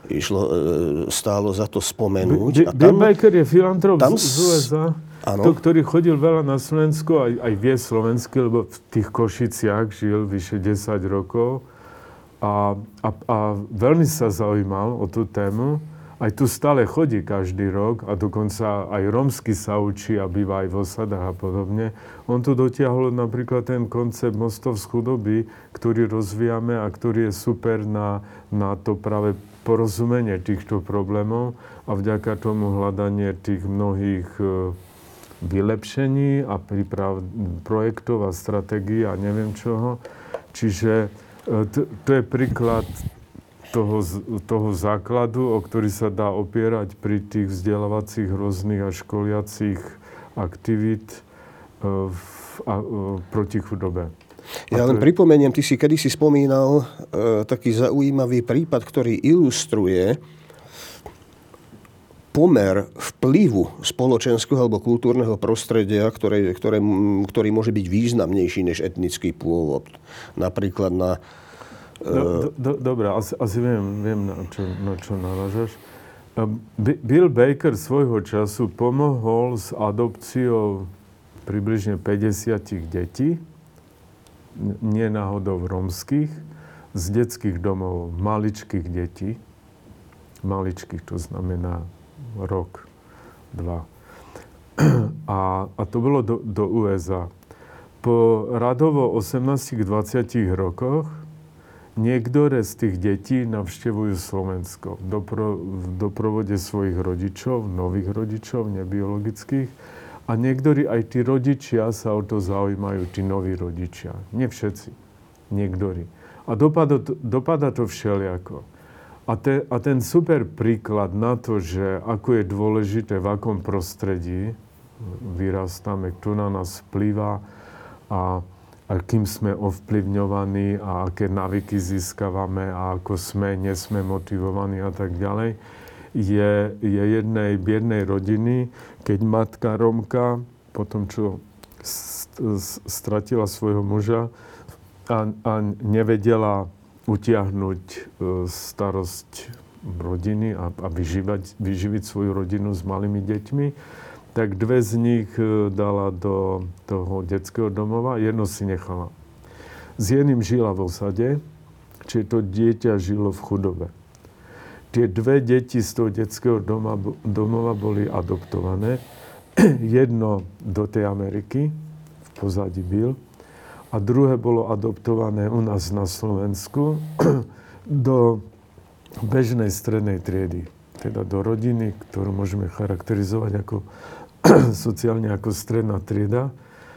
stálo za to spomenúť. Bill Baker je filantrop z USA, ktorý chodil veľa na Slovensko, aj vie slovensky, lebo v tých Košiciach žil vyše 10 rokov. A veľmi sa zaujímal o tú tému. Aj tu stále chodí každý rok a dokonca aj rómsky sa učí a býva aj v osadách a podobne. On tu dotiahol napríklad ten koncept mostov z chudoby, ktorý rozvíjame a ktorý je super na to práve porozumenie týchto problémov a vďaka tomu hľadanie tých mnohých vylepšení a príprav projektov a stratégií a neviem čoho. Čiže to je príklad toho základu, o ktorý sa dá opierať pri tých vzdelávacích rôznych a školiacich aktivít proti chudobe. Ja len pripomeniem, ty si kedysi spomínal taký zaujímavý prípad, ktorý ilustruje pomer vplyvu spoločenského alebo kultúrneho prostredia, ktorý môže byť významnejší než etnický pôvod. Napríklad na... Dobre, asi viem na čo narážaš. Bill Baker svojho času pomohol s adopciou približne 50 detí, nie náhodou rómskych, z detských domov, maličkých detí. Maličkých, to znamená rok, 2. A to bolo do USA. Po radovo 18-20 rokoch niektoré z tých detí navštevujú Slovensko v doprovode svojich rodičov, nových rodičov, nebiologických. A niektorí, aj tí rodičia sa o to zaujímajú, tí noví rodičia. Nie všetci, niektorí. A dopada to všelijako. A ten super príklad na to, že ako je dôležité, v akom prostredí vyrastáme, kto na nás vplýva a kým sme ovplyvňovaní a aké návyky získavame a ako nesme motivovaní a tak ďalej, je jednej biednej rodiny, keď matka Rómka, po tom, čo stratila svojho muža a nevedela utiahnuť starosť rodiny a vyživiť svoju rodinu s malými deťmi, tak 2 z nich dala do toho detského domova, jedno si nechala. S jedným žila v osade, čiže to dieťa žilo v chudobe. Tie 2 deti z toho detského domova boli adoptované. Jedno do tej Ameriky, v pozadí byl, a druhé bolo adoptované u nás na Slovensku do bežnej strednej triedy. Teda do rodiny, ktorú môžeme charakterizovať ako sociálne ako stredná trieda.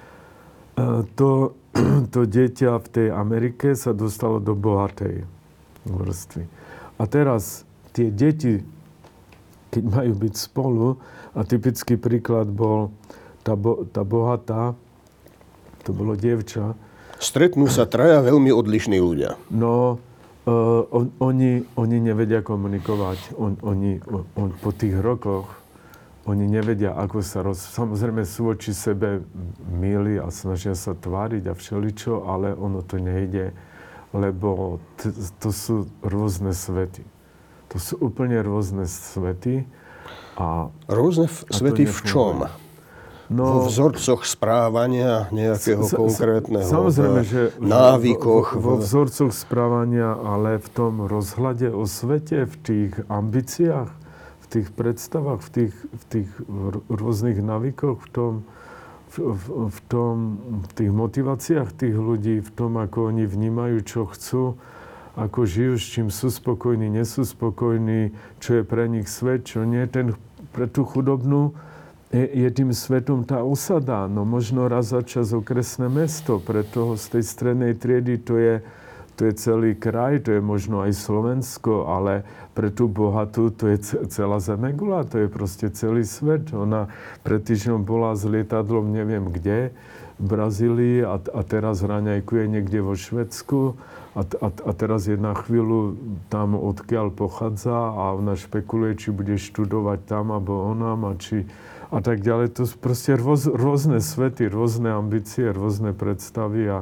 To dieťa v tej Amerike sa dostalo do bohatej vrstvy. A teraz tie deti, keď majú byť spolu, a typický príklad bol tá bohatá, to bolo dievča. Stretnú sa 3 veľmi odlišní ľudia. No, oni nevedia komunikovať. Oni po tých rokoch, oni nevedia, ako sa Samozrejme sú voči sebe milí a snažia sa tváriť a všeličo, ale ono to nejde, lebo to sú rôzne svety. To sú úplne rôzne svety. Rôzne svety v čom? No, vo vzorcoch správania nejakého konkrétneho, samozrejme, že návykoch. Vo vzorcoch správania, ale v tom rozhľade o svete, v tých ambíciách, v tých predstavách, v tých rôznych návykoch, v tých motiváciách tých ľudí, v tom, ako oni vnímajú, čo chcú, ako žijú, s čím sú spokojní, nesú spokojní, čo je pre nich svet, čo nie. Pre tú chudobnú je tým svetom tá osada, no možno raz za čas okresné mesto. Pre toho z tej strednej triedy to je celý kraj, to je možno aj Slovensko, ale pre tú bohatú to je celá Zemegula, to je proste celý svet. Ona pred týždňom bola s lietadlom neviem kde, v Brazílii a teraz raňajkuje niekde vo Švédsku a teraz je na chvíľu tam, odkiaľ pochádza a ona špekuluje, či bude študovať tam alebo onam a tak ďalej. To sú proste rôzne svety, rôzne ambície, rôzne predstavy a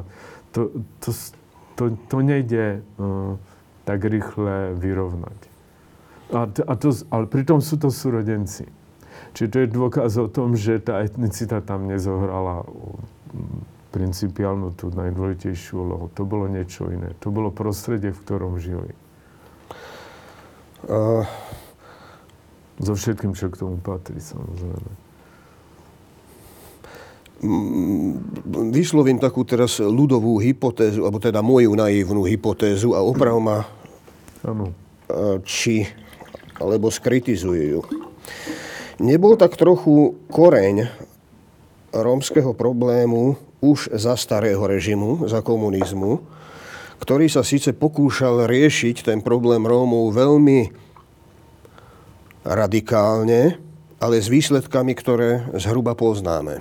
to nejde tak rýchle vyrovnať. Ale pritom sú to súrodenci. Čiže to je dôkaz o tom, že tá etnicita tam nezohrala principiálnu tú najdôležitejšiu úlohu. To bolo niečo iné. To bolo prostredie, v ktorom žili. So všetkým, čo k tomu patrí, samozrejme. Vyslovím takú teraz ľudovú hypotézu, alebo teda moju naivnú hypotézu a oprav ma, alebo skritizujú ju. Nebol tak trochu koreň rómskeho problému už za starého režimu, za komunizmu, ktorý sa síce pokúšal riešiť ten problém Rómov veľmi radikálne, ale s výsledkami, ktoré zhruba poznáme.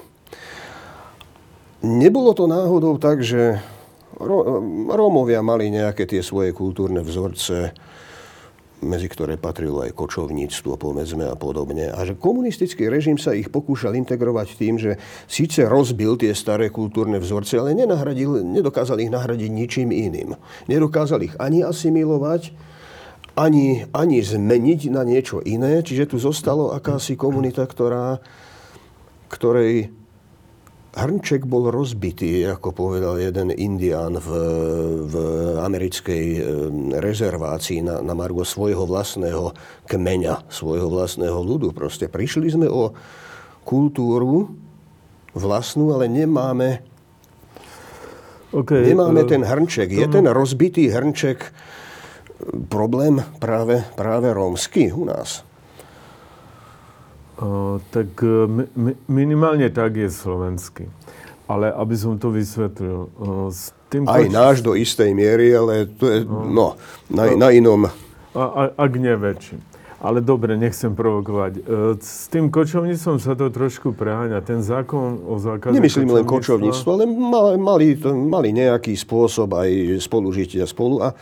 Nebolo to náhodou tak, že Rómovia mali nejaké tie svoje kultúrne vzorce, medzi ktoré patrilo aj kočovníctvo, povedzme, a podobne. A že komunistický režim sa ich pokúšal integrovať tým, že síce rozbil tie staré kultúrne vzorce, ale nedokázal ich nahradiť ničím iným. Nedokázal ich ani asimilovať, ani zmeniť na niečo iné. Čiže tu zostalo akási komunita, ktorej hrnček bol rozbitý, ako povedal jeden Indián v americkej rezervácii na margo svojho vlastného kmeňa, svojho vlastného ľudu. Proste prišli sme o kultúru vlastnú, ale nemáme ten hrnček. Je ten rozbitý hrnček problém práve rómsky u nás? Tak minimálne tak je slovenský. Ale aby som to vysvetlil, s tým Aj náš do istej miery, ale to je na inom. Ak nie väčší. Ale dobre, nechcem provokovať. S tým kočovníctvom sa to trošku preháňa. Ten zákon o zákaze Nemyslím len kočovníctvo, ale mali nejaký spôsob aj spolužitia spolu. A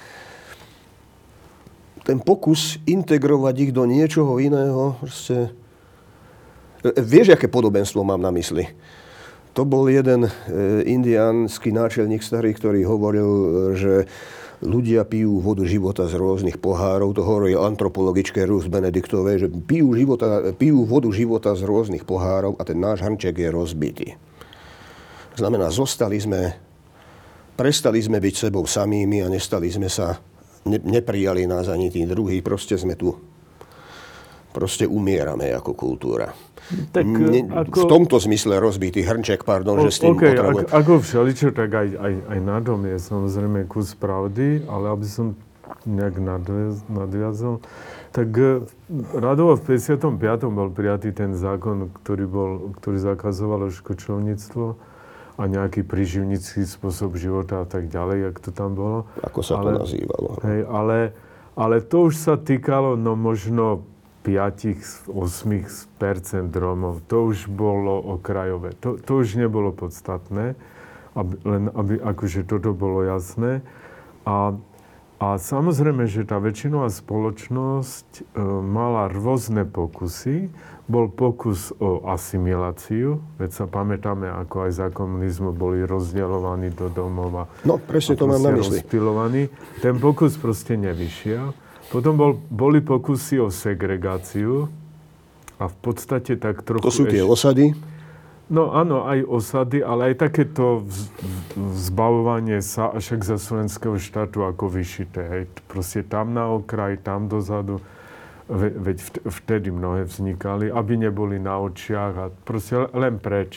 ten pokus integrovať ich do niečoho iného, proste... Vieš, aké podobenstvo mám na mysli? To bol jeden indiánsky náčelník starý, ktorý hovoril, že ľudia pijú vodu života z rôznych pohárov. To hovorí antropologičke Ruth Benediktovej, že pijú vodu života z rôznych pohárov a ten náš hrnček je rozbitý. Znamená, prestali sme byť sebou samými a neprijali nás ani tí druhí. Proste sme tu. Proste umierame ako kultúra. Tak, v tomto zmysle rozbitý hrnček, že s tým potrebujem. Ako všeličo, tak aj na dom je samozrejme kus pravdy, ale aby som nejak nadviazal, tak radovo v 55. bol prijatý ten zákon, ktorý zakazoval už kočovníctvo a nejaký príživnícky spôsob života a tak ďalej, jak to tam bolo. Ako sa to nazývalo. Hej, ale to už sa týkalo možno 5-8% Rómov. To už bolo okrajové. To už nebolo podstatné, aby akože toto bolo jasné. A samozrejme, že tá väčšinová spoločnosť mala rôzne pokusy. Bol pokus o asimiláciu, veď sa pamätáme, ako aj za komunizmu boli rozdeľovaní do domov a presne to mám na mysli. Rozpilovaní. Ten pokus proste nevyšiel. Potom boli pokusy o segregáciu a v podstate tak trochu... To sú tie osady? No áno, aj osady, ale aj takéto zbavovanie sa však za slovenského štátu ako vyšité. Hej. Proste tam na okraj, tam dozadu. Veď vtedy mnohé vznikali, aby neboli na očiach a proste len preč.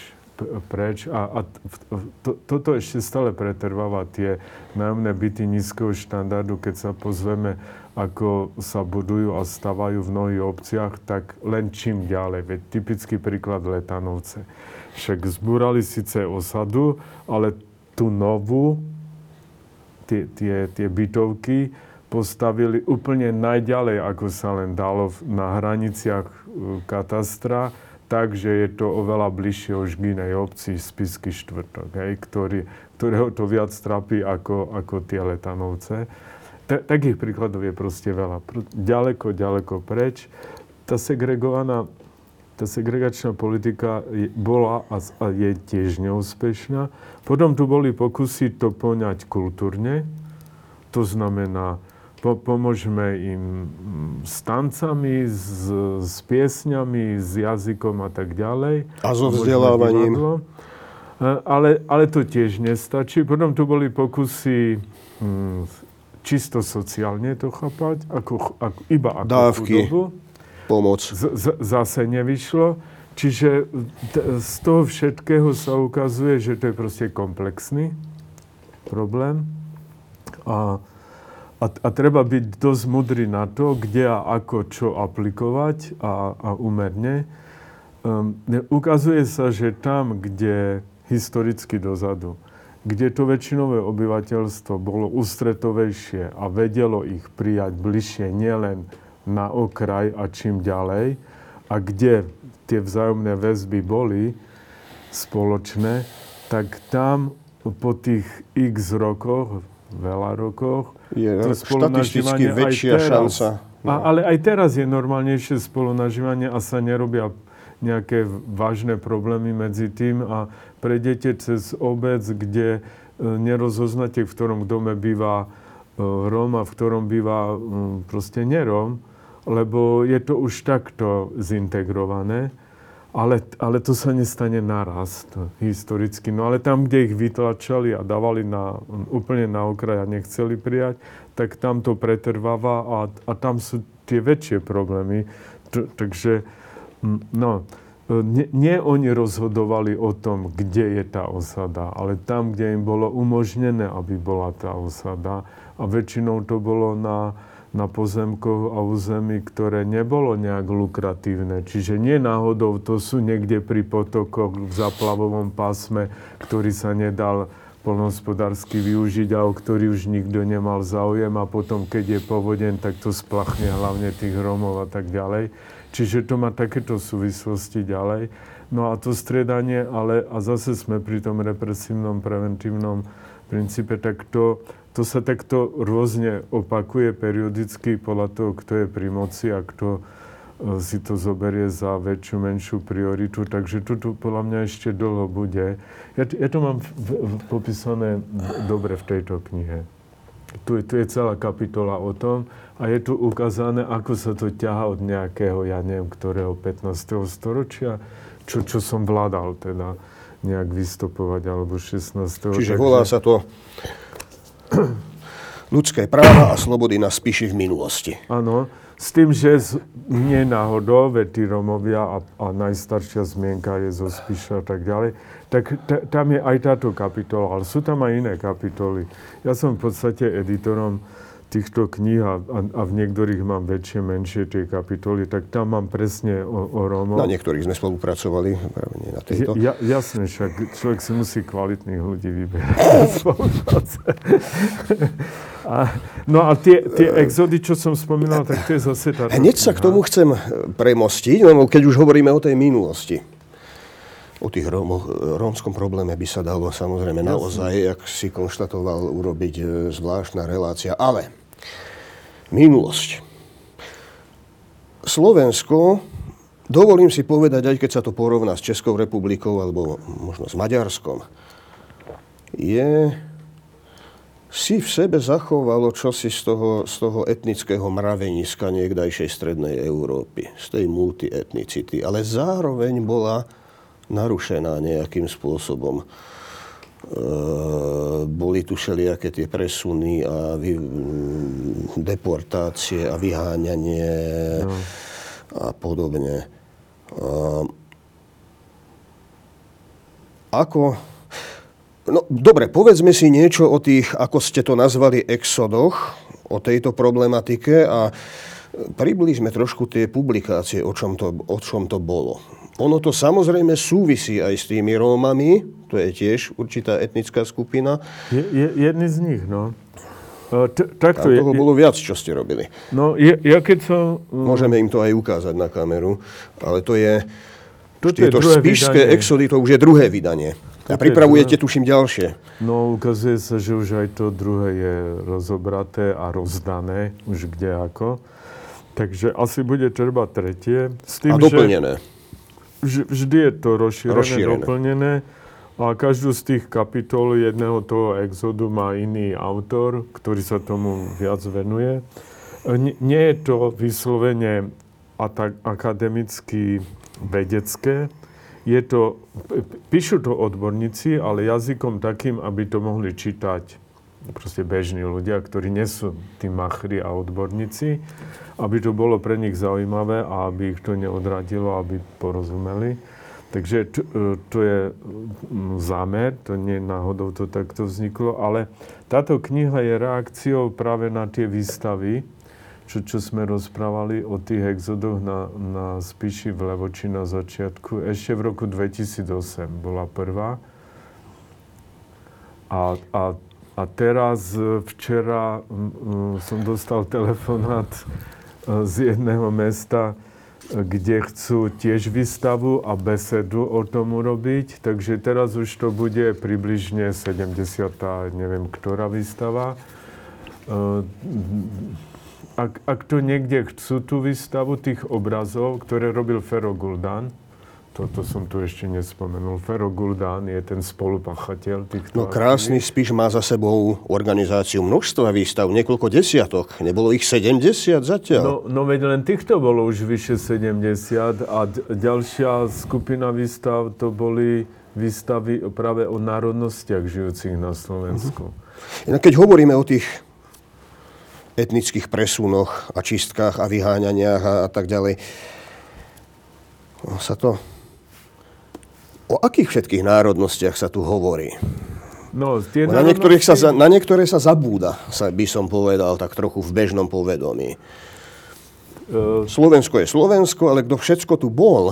Toto ešte stále pretrváva tie nájomné byty nízkeho štandardu, keď sa pozrieme, ako sa budujú a stavajú v mnohých obciach, tak len čím ďalej. Veď typický príklad Letanovce. Však zbúrali síce osadu, ale tú novú, tie bytovky postavili úplne najďalej, ako sa len dalo na hraniciach katastra, takže je to oveľa bližšie už k inej obci, Spišský štvrtok, ktorého to viac trápi ako tie Letanovce. Takých príkladov je proste veľa. Ďaleko preč. Tá segregačná politika bola a je tiež neúspešná. Potom tu boli pokusy to poňať kultúrne. To znamená, pomôžeme im s tancami, s piesňami, s jazykom a tak ďalej. A so vzdelávaním. Ale to tiež nestačí. Potom tu boli pokusy čisto sociálne to chápať, iba ako dávky, chudobu. Pomoc. Zase nevyšlo. Čiže z toho všetkého sa ukazuje, že to je proste komplexný problém. A treba byť dosť múdry na to, kde a ako čo aplikovať a úmerne. Ukazuje sa, že tam, kde historicky dozadu, kde to väčšinové obyvateľstvo bolo ústretovejšie a vedelo ich prijať bližšie nielen na okraj a čím ďalej, a kde tie vzájomné väzby boli spoločné, tak tam po tých x rokoch, veľa rokoch, je štatisticky väčšia šanca. Ale aj teraz je normálnejšie spolunažívanie a sa nerobia nejaké vážne problémy medzi tým a prejdete cez obec, kde nerozoznáte, v ktorom dome býva Róm a v ktorom býva proste neróm, lebo je to už takto zintegrované. Ale to sa nestane naraz, historicky. No ale tam, kde ich vytlačali a dávali úplne na okraj a nechceli prijať, tak tam to pretrváva a tam sú tie väčšie problémy. Takže nie oni rozhodovali o tom, kde je tá osada, ale tam, kde im bolo umožnené, aby bola tá osada. A väčšinou to bolo na pozemkoch a území, ktoré nebolo nejak lukratívne. Čiže nie náhodou, to sú niekde pri potokoch v záplavovom pásme, ktorý sa nedal poľnohospodársky využiť a o ktorý už nikto nemal záujem a potom, keď je povodeň, tak to splachne hlavne tých Rómov a tak ďalej. Čiže to má takéto súvislosti ďalej. No a to striedanie, a zase sme pri tom represívnom, preventívnom princípe, tak to sa takto rôzne opakuje periodicky podľa toho, kto je pri moci a kto si to zoberie za väčšiu, menšiu prioritu. Takže to tu podľa mňa ešte dlho bude. Ja to mám popísané dobre v tejto knihe. Tu je celá kapitola o tom a je tu ukázané, ako sa to ťahá od nejakého, ja neviem, ktorého 15. storočia, čo som vládal teda nejak vystupovať, alebo 16. Čiže volá sa to ľudské práva a slobody na Spiši v minulosti. Áno, s tým, že nie náhodou, veď tí Rómovia a najstaršia zmienka je zo Spiša a tak ďalej, tak tam je aj táto kapitola, ale sú tam aj iné kapitoly. Ja som v podstate editorom týchto kníh a v niektorých mám väčšie, menšie tie kapitoly, tak tam mám presne o Rómoch. Na niektorých sme spolupracovali, práve nie na tejto. Jasne, však človek si musí kvalitných ľudí vyberať. No a tie exody, čo som spomínal, tak to je zase táto hneď sa k tomu chcem premostiť, lebo keď už hovoríme o tej minulosti. O tých rómskom probléme by sa dalo samozrejme naozaj, ak si konštatoval, urobiť zvláštna relácia. Ale minulosť. Slovensko, dovolím si povedať, aj keď sa to porovná s Českou republikou alebo možno s Maďarskom, si v sebe zachovalo čosi z toho etnického mraveniska niekdajšej strednej Európy, z tej multietnicity, ale zároveň bola narušená nejakým spôsobom. Boli tu všelijaké tie presuny a deportácie a vyháňanie a podobne. No dobre, povedzme si niečo o tých, ako ste to nazvali, exodoch, o tejto problematike a priblížme trošku tie publikácie, o čom to bolo. Ono to samozrejme súvisí aj s tými Rómami, to je tiež určitá etnická skupina. Jedný z nich, no. Tam toho bolo viac, čo ste robili. No, ja keď som... Môžeme im to aj ukázať na kameru, ale to je... Tieto spišské exody, to už je druhé vydanie. A pripravujete, tuším, ďalšie. No, ukazuje sa, že už aj to druhé je rozobraté a rozdané, už kde ako. Takže asi bude treba tretie. S tým, a doplnené. Vždy je to rozšírené, doplnené. A každú z tých kapitol jedného toho exodu má iný autor, ktorý sa tomu viac venuje. Nie je to vyslovene akademicky vedecké. Píšu to odborníci, ale jazykom takým, aby to mohli čítať proste bežní ľudia, ktorí nie sú tí machri a odborníci, aby to bolo pre nich zaujímavé a aby ich to neodradilo, aby porozumeli. Takže to je zámer, to nie náhodou to takto vzniklo, ale táto kniha je reakciou práve na tie výstavy, čo sme rozprávali o tých exodoch na Spiši v Levoči na začiatku. Ešte v roku 2008 bola prvá. A teraz včera som dostal telefonát z jedného mesta, kde chcú tiež výstavu a besedu o tom urobiť. Takže teraz už to bude približne 70. neviem, ktorá výstava. Ak to niekde chcú tú výstavu tých obrazov, ktoré robil Fero Guldan, toto som tu ešte nespomenul. Fero Guldan je ten spolupáchateľ týchto... No krásny Spiš má za sebou organizáciu množstva výstav, niekoľko desiatok. Nebolo ich 70 zatiaľ? No veď len týchto bolo už vyše 70 a ďalšia skupina výstav to boli výstavy práve o národnostiach žijúcich na Slovensku. Keď hovoríme o tých etnických presunoch a čistkách a vyháňaniach a tak ďalej, O akých všetkých národnostiach sa tu hovorí? No, tie Na niektoré sa zabúda, by som povedal, tak trochu v bežnom povedomí. Slovensko je Slovensko, ale kto všetko tu bol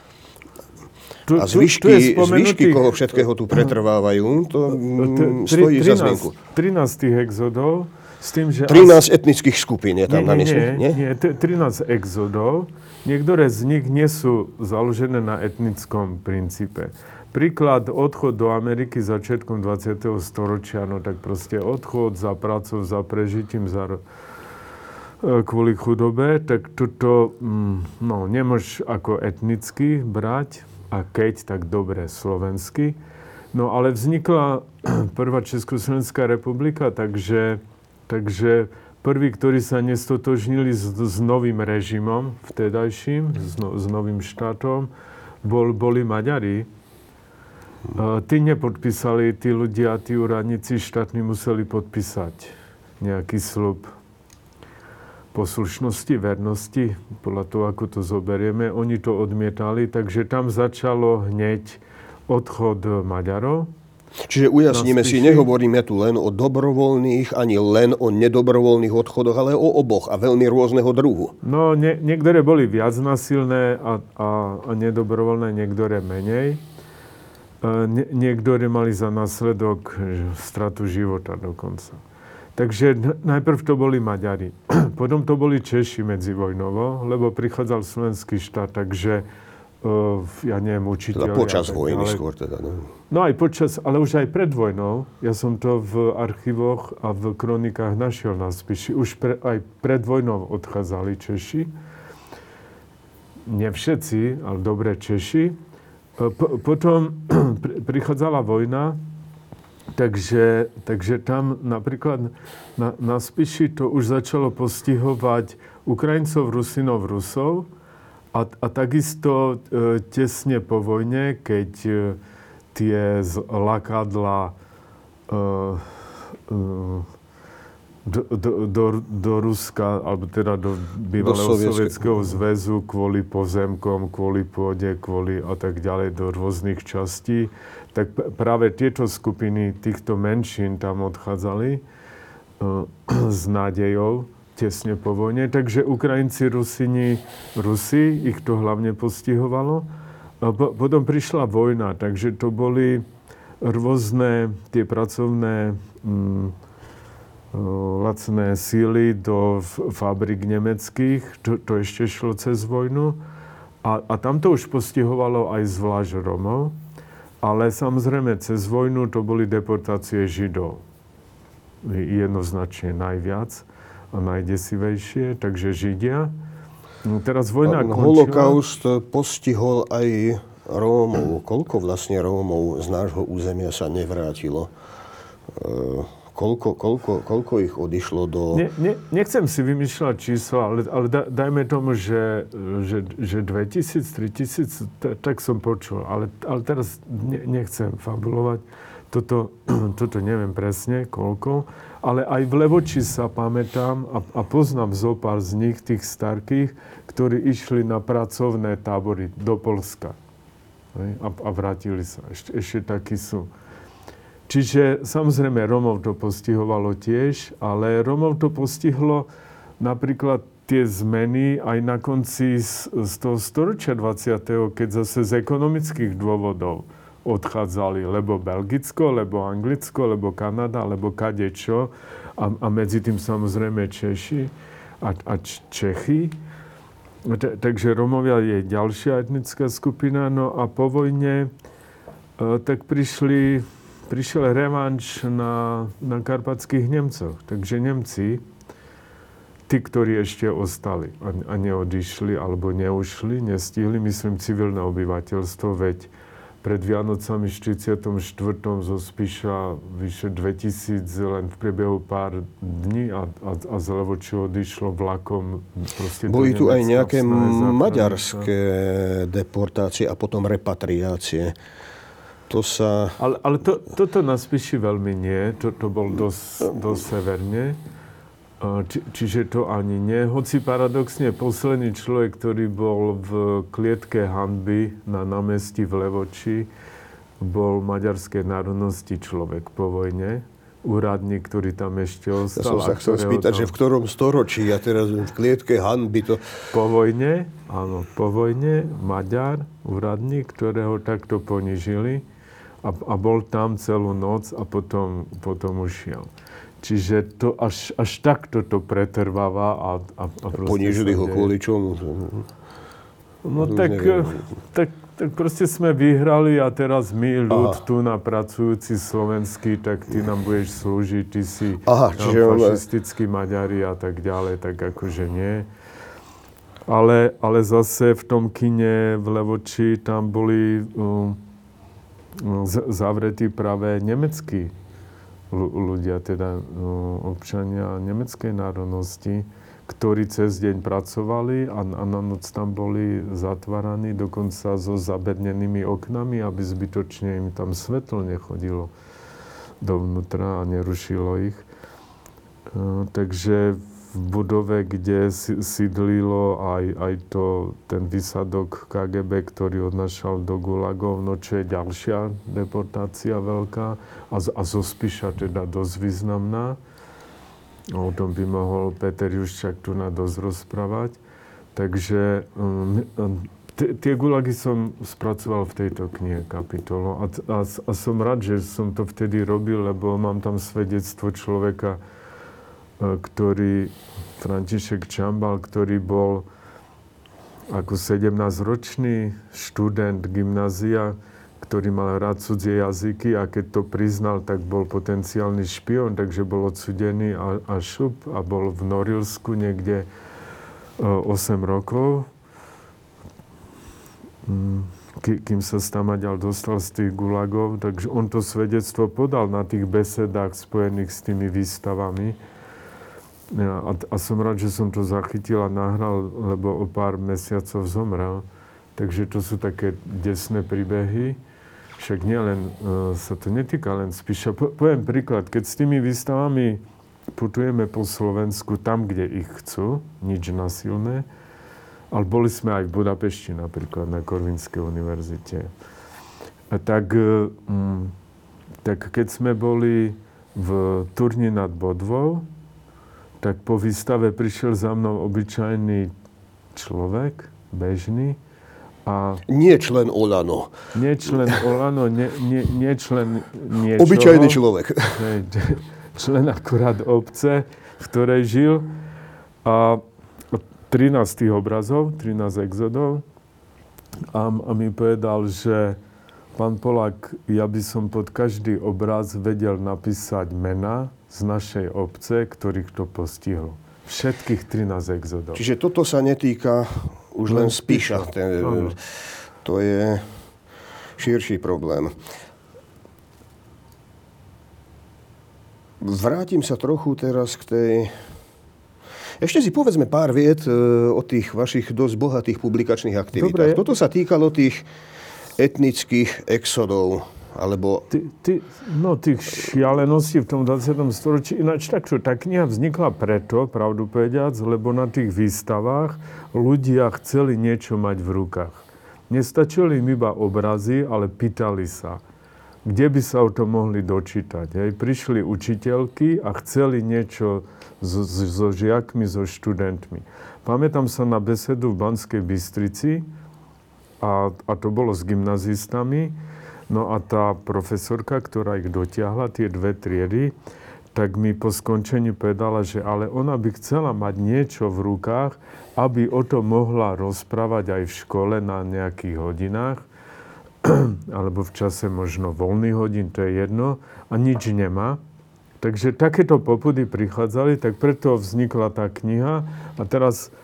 a zvyšky koho všetkého tu pretrvávajú, to stojí za zmienku. 13 exodov, s tým, že 13 etnických skupín je tam na mysli? Nie, 13 exodov. Niektoré z nich nie sú založené na etnickom princípe. Príklad, odchod do Ameriky začiatkom 20. storočia, no tak proste odchod za prácou, za prežitím, kvôli chudobe, tak toto nemôžeš ako etnicky brať, a keď, tak dobre slovensky. No ale vznikla prvá Československá republika, takže prví, ktorí sa nestotožnili s novým režimom vtedajším, s novým štátom, boli Maďari. Tí nepodpísali, tí ľudia, tí úradníci štátni museli podpísať nejaký sľub poslušnosti, vernosti, podľa toho, ako to zoberieme. Oni to odmietali, takže tam začalo hneď odchod Maďarov. Čiže ujasníme si, nehovoríme tu len o dobrovoľných, ani len o nedobrovoľných odchodoch, ale o oboch a veľmi rôzneho druhu. No, niektoré boli viac násilné a nedobrovoľné, niektoré menej. Niektoré mali za následok stratu života dokonca. Takže najprv to boli Maďari. Potom to boli Češi medzivojnovo, lebo prichádzal slovenský štát, takže ja neviem, učiteľia. Teda počas vojny skôr teda, no. No aj počas, ale už aj pred vojnou. Ja som to v archívoch a v kronikách našiel na Spiši. Už aj pred vojnou odchádzali Češi. Nie všetci, ale dobré Češi. Potom prichádzala vojna, takže tam napríklad na Spiši to už začalo postihovať Ukrajincov, Rusinov, Rusov a takisto tesne po vojne, keď tie lakadla do Ruska, alebo teda do bývalého Sovietskeho zväzu kvôli pozemkom, kvôli pôde, kvôli a tak ďalej do rôznych častí, tak práve tieto skupiny týchto menšín tam odchádzali s nádejou tesne po vojne. Takže Ukrajinci, Rusi, ich to hlavne postihovalo. A potom prišla vojna, takže to boli rôzne tie pracovné lacné síly do fabrik nemeckých. To ešte šlo cez vojnu. A tam to už postihovalo aj zvlášť Romov. Ale samozrejme, cez vojnu to boli deportácie Židov. Jednoznačne najviac a najdesivejšie. Takže Židia. No teraz vojna končila. Holokaust postihol aj Rómov. Koľko vlastne Rómov z nášho územia sa nevrátilo? Koľko ich odišlo do... Nechcem si vymýšľať čísla, ale dajme tomu, že 2000, 3000, tak som počul. Ale teraz nechcem fabulovať. Toto neviem presne, koľko. Ale aj v Levoči sa pamätám a poznám zopár z nich, tých starkých, ktorí išli na pracovné tábory do Poľska. A vrátili sa. Ešte takí sú. Čiže samozrejme Romov to postihovalo tiež, ale Romov to postihlo napríklad tie zmeny aj na konci z toho storočia 20., keď zase z ekonomických dôvodov odchádzali, lebo Belgicko, lebo Anglicko, lebo Kanada, lebo kadečo a medzi tým samozrejme Češi a Čechy. Takže Romovia je ďalšia etnická skupina. No a po vojne tak prišiel revanš na karpatských Nemcoch. Takže Nemci, tí, ktorí ešte ostali a neodišli alebo neušli, nestihli, myslím, civilné obyvateľstvo, veď pred Vianocami 44. zo Spiša vyše 2000 len v priebehu pár dní a z Levoči odišlo vlakom. Boli tu aj nejaké maďarské deportácie a potom repatriácie. Ale toto na Spiši veľmi nie. To bol dosť severne. Čiže to ani nie. Hoci paradoxne posledný človek, ktorý bol v klietke hanby na námestí v Levoči, bol maďarskej národnosti človek po vojne, úradník, ktorý tam ešte ostal. Ja som sa chcel spýtať, že v ktorom storočí, ja teraz v klietke hanby to... Po vojne, áno, po vojne Maďar, úradník, ktorého takto ponižili a bol tam celú noc a potom ušiel. Čiže to až takto to pretrváva a Ponižili ho kvôli čomu? No tak proste sme vyhrali a teraz my, ľud tu na pracujúci slovenský, tak ty nám budeš slúžiť, ty si fašistickí Maďari a tak ďalej, tak akože nie. Ale zase v tom kine v Levoči tam boli zavretí práve nemeckí ľudia, teda občania nemeckej národnosti, ktorí cez deň pracovali a na noc tam boli zatváraní, dokonca so zabednenými oknami, aby zbytočne im tam svetlo nechodilo dovnútra a nerušilo ich. Takže v budove, kde sídlilo aj ten výsadok KGB, ktorý odnášal do gulagov, no čo je ďalšia deportácia veľká a zo Spiša teda dosť významná. O tom by mohol Peter Juščák tu na dosť rozprávať. Takže tie gulagy som spracoval v tejto knihe kapitolu a som rád, že som to vtedy robil, lebo mám tam svedectvo človeka, František Čambal, ktorý bol ako 17-ročný študent gymnázia, ktorý mal rád cudzie jazyky a keď to priznal, tak bol potenciálny špión, takže bol odsudený a šup a bol v Norilsku niekde 8 rokov. Kým sa Stamaďal dostal z tých gulagov, takže on to svedectvo podal na tých besedách spojených s tými výstavami. A som rád, že som to zachytil a nahral, lebo o pár mesiacov zomrel. Takže to sú také desné príbehy. Však nielen sa to netýka len Spiša. Poviem príklad, keď s tými výstavami putujeme po Slovensku tam, kde ich chcú, nič nasilné, ale boli sme aj v Budapešti napríklad na Korvinskej univerzite. Tak keď sme boli v Turni nad Bodvou, tak po výstave prišiel za mnou obyčajný človek, bežný, a... Nie člen Olano. Nie člen Olano, nie člen niečoho. Obyčajný človek. Člen akurát obce, v ktorej žil. A 13 tých obrazov, 13 exodov. A mi povedal, že pán Polák, ja by som pod každý obraz vedel napísať mená z našej obce, ktorých to postihlo. Všetkých 13 exodov. Čiže toto sa netýka už len Spiša. To je širší problém. Vrátim sa trochu teraz k tej... Ešte si povedzme pár viet o tých vašich dosť bohatých publikačných aktivitách. Dobre. Toto sa týkalo tých etnických exodov, alebo... Tých šialeností v tom 20. storočí. Ináč takto, tá kniha vznikla preto, pravdu povediac, lebo na tých výstavách ľudia chceli niečo mať v rukách. Nestačili im iba obrazy, ale pýtali sa, kde by sa o tom mohli dočítať. Prišli učiteľky a chceli niečo so žiakmi, so študentmi. Pamätám sa na besedu v Banskej Bystrici a to bolo s gymnazistami. No a tá profesorka, ktorá ich dotiahla, tie 2 triedy, tak mi po skončení povedala, že ale ona by chcela mať niečo v rukách, aby o tom mohla rozprávať aj v škole na nejakých hodinách, alebo v čase možno voľných hodín, to je jedno, a nič nemá. Takže takéto popudy prichádzali, tak preto vznikla tá kniha a teraz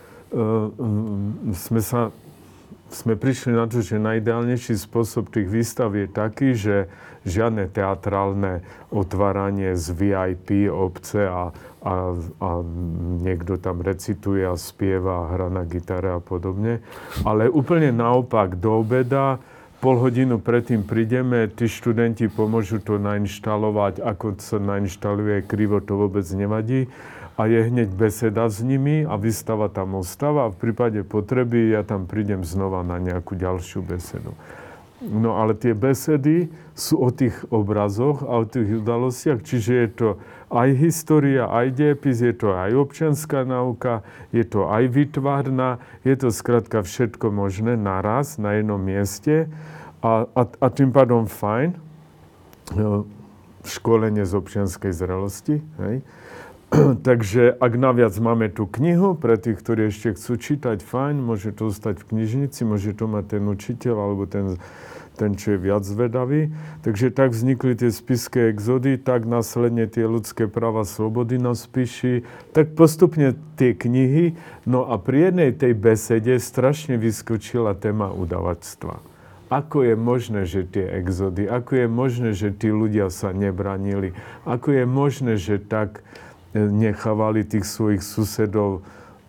sme prišli na to, že najideálnejší spôsob tých výstav je taký, že žiadne teatrálne otváranie z VIP obce a niekto tam recituje a spieva a hrá na gitare a podobne. Ale úplne naopak, do obeda, pol hodinu predtým prídeme, tí študenti pomôžu to nainštalovať, ako sa nainštaluje krivo, to vôbec nevadí. A je hneď beseda s nimi a výstava tam ostáva a v prípade potreby ja tam prídem znova na nejakú ďalšiu besedu. No ale tie besedy sú o tých obrazoch a o tých udalostiach, čiže je to aj história, aj dejepis, je to aj občianská nauka, je to aj výtvarná, je to skrátka všetko možné naraz na jednom mieste a tým pádom fajn školenie z občianskej zrelosti. Hej. Takže ak naviac máme tú knihu, pre tých, ktorí ešte chcú čítať, fajn, môže to zostať v knižnici, môže to mať ten učiteľ alebo ten, čo je viac zvedavý. Takže tak vznikli tie spišské exody, tak následne tie ľudské práva slobody na Spiši, tak postupne tie knihy. No a pri jednej tej besede strašne vyskočila téma udavačstva. Ako je možné, že tie exody, ako je možné, že tí ľudia sa nebranili, ako je možné, že tak nechávali tých svojich susedov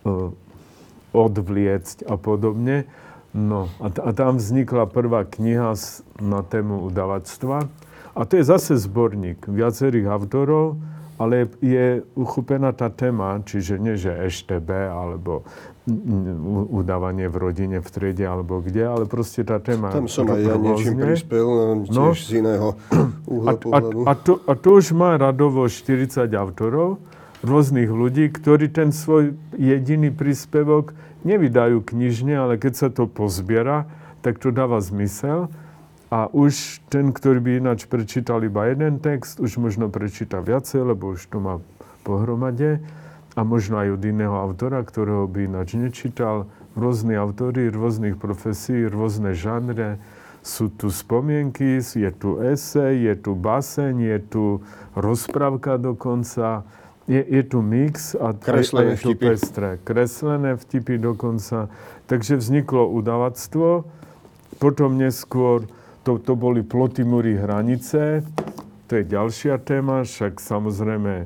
odvliecť a podobne. No a tam vznikla prvá kniha na tému udavačstva. A to je zase zborník viacerých autorov, ale je uchopená tá téma, čiže nie, že EŠTB, alebo udávanie v rodine, v triede, alebo kde, ale proste tá téma... Tam som aj ja niečím prispel, tiež z iného uhla pohľadu. A to už má radovo 40 autorov, rôznych ľudí, ktorí ten svoj jediný príspevok nevydajú knižne, ale keď sa to pozbiera, tak to dáva zmysel. A už ten, ktorý by ináč prečítal iba jeden text, už možno prečíta viacej, lebo už to má pohromade. A možno aj od iného autora, ktorého by ináč nečítal. Rôzni autori, rôznych profesí, rôzne žánre. Sú tu spomienky, je tu esej, je tu baseň, je tu rozprávka dokonca. Je tu mix a je tu pestré. Kreslené vtipy dokonca. Takže vzniklo udavačstvo. Potom neskôr to boli ploty, múry, hranice. To je ďalšia téma, však samozrejme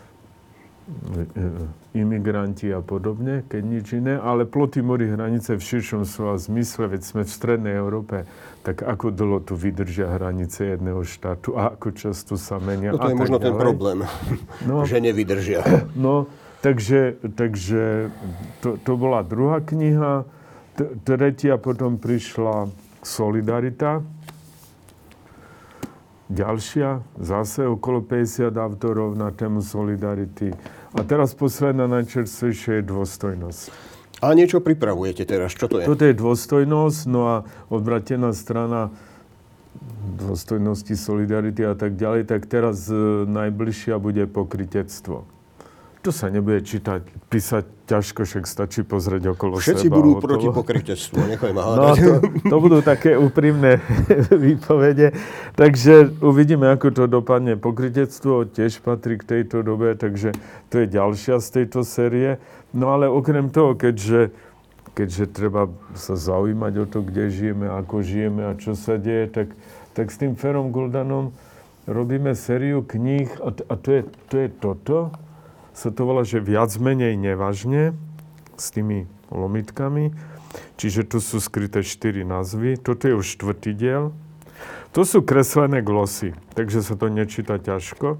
imigranti a podobne, keď nič iné. Ale ploty, múry, hranice v širšom slova zmysle, veď sme v strednej Európe, tak ako dlho tu vydržia hranice jedného štátu a ako často sa menia. No to je možno ten problém, že nevydržia. No, takže to bola druhá kniha. Tretia potom prišla Solidarita. Ďalšia, zase okolo 50 autorov na tému Solidarity. A teraz posledná najčerstvejšia je Dôstojnosť. A niečo pripravujete teraz, čo to je? Toto je Dôstojnosť, no a odvrátená strana Dôstojnosti, Solidarity a tak ďalej, tak teraz najbližšia bude Pokrytectvo. To sa nebude písať ťažko, však stačí pozrieť okolo Všetci seba. Všetci budú proti pokrytectvu, nechaj ma hádať. No, to budú také úprimné výpovede. Takže uvidíme, ako to dopadne. Pokrytectvo tiež patrí k tejto dobe, takže to je ďalšia z tejto série. No ale okrem toho, keďže treba sa zaujímať o to, kde žijeme, ako žijeme a čo sa deje, tak s tým Ferom Guldanom robíme sériu kníh a to je toto. Sa to volá, že viac menej nevážne, s tými lomitkami. Čiže tu sú skryté 4 názvy. Toto je už 4. diel. To sú kreslené glosy, takže sa to nečíta ťažko,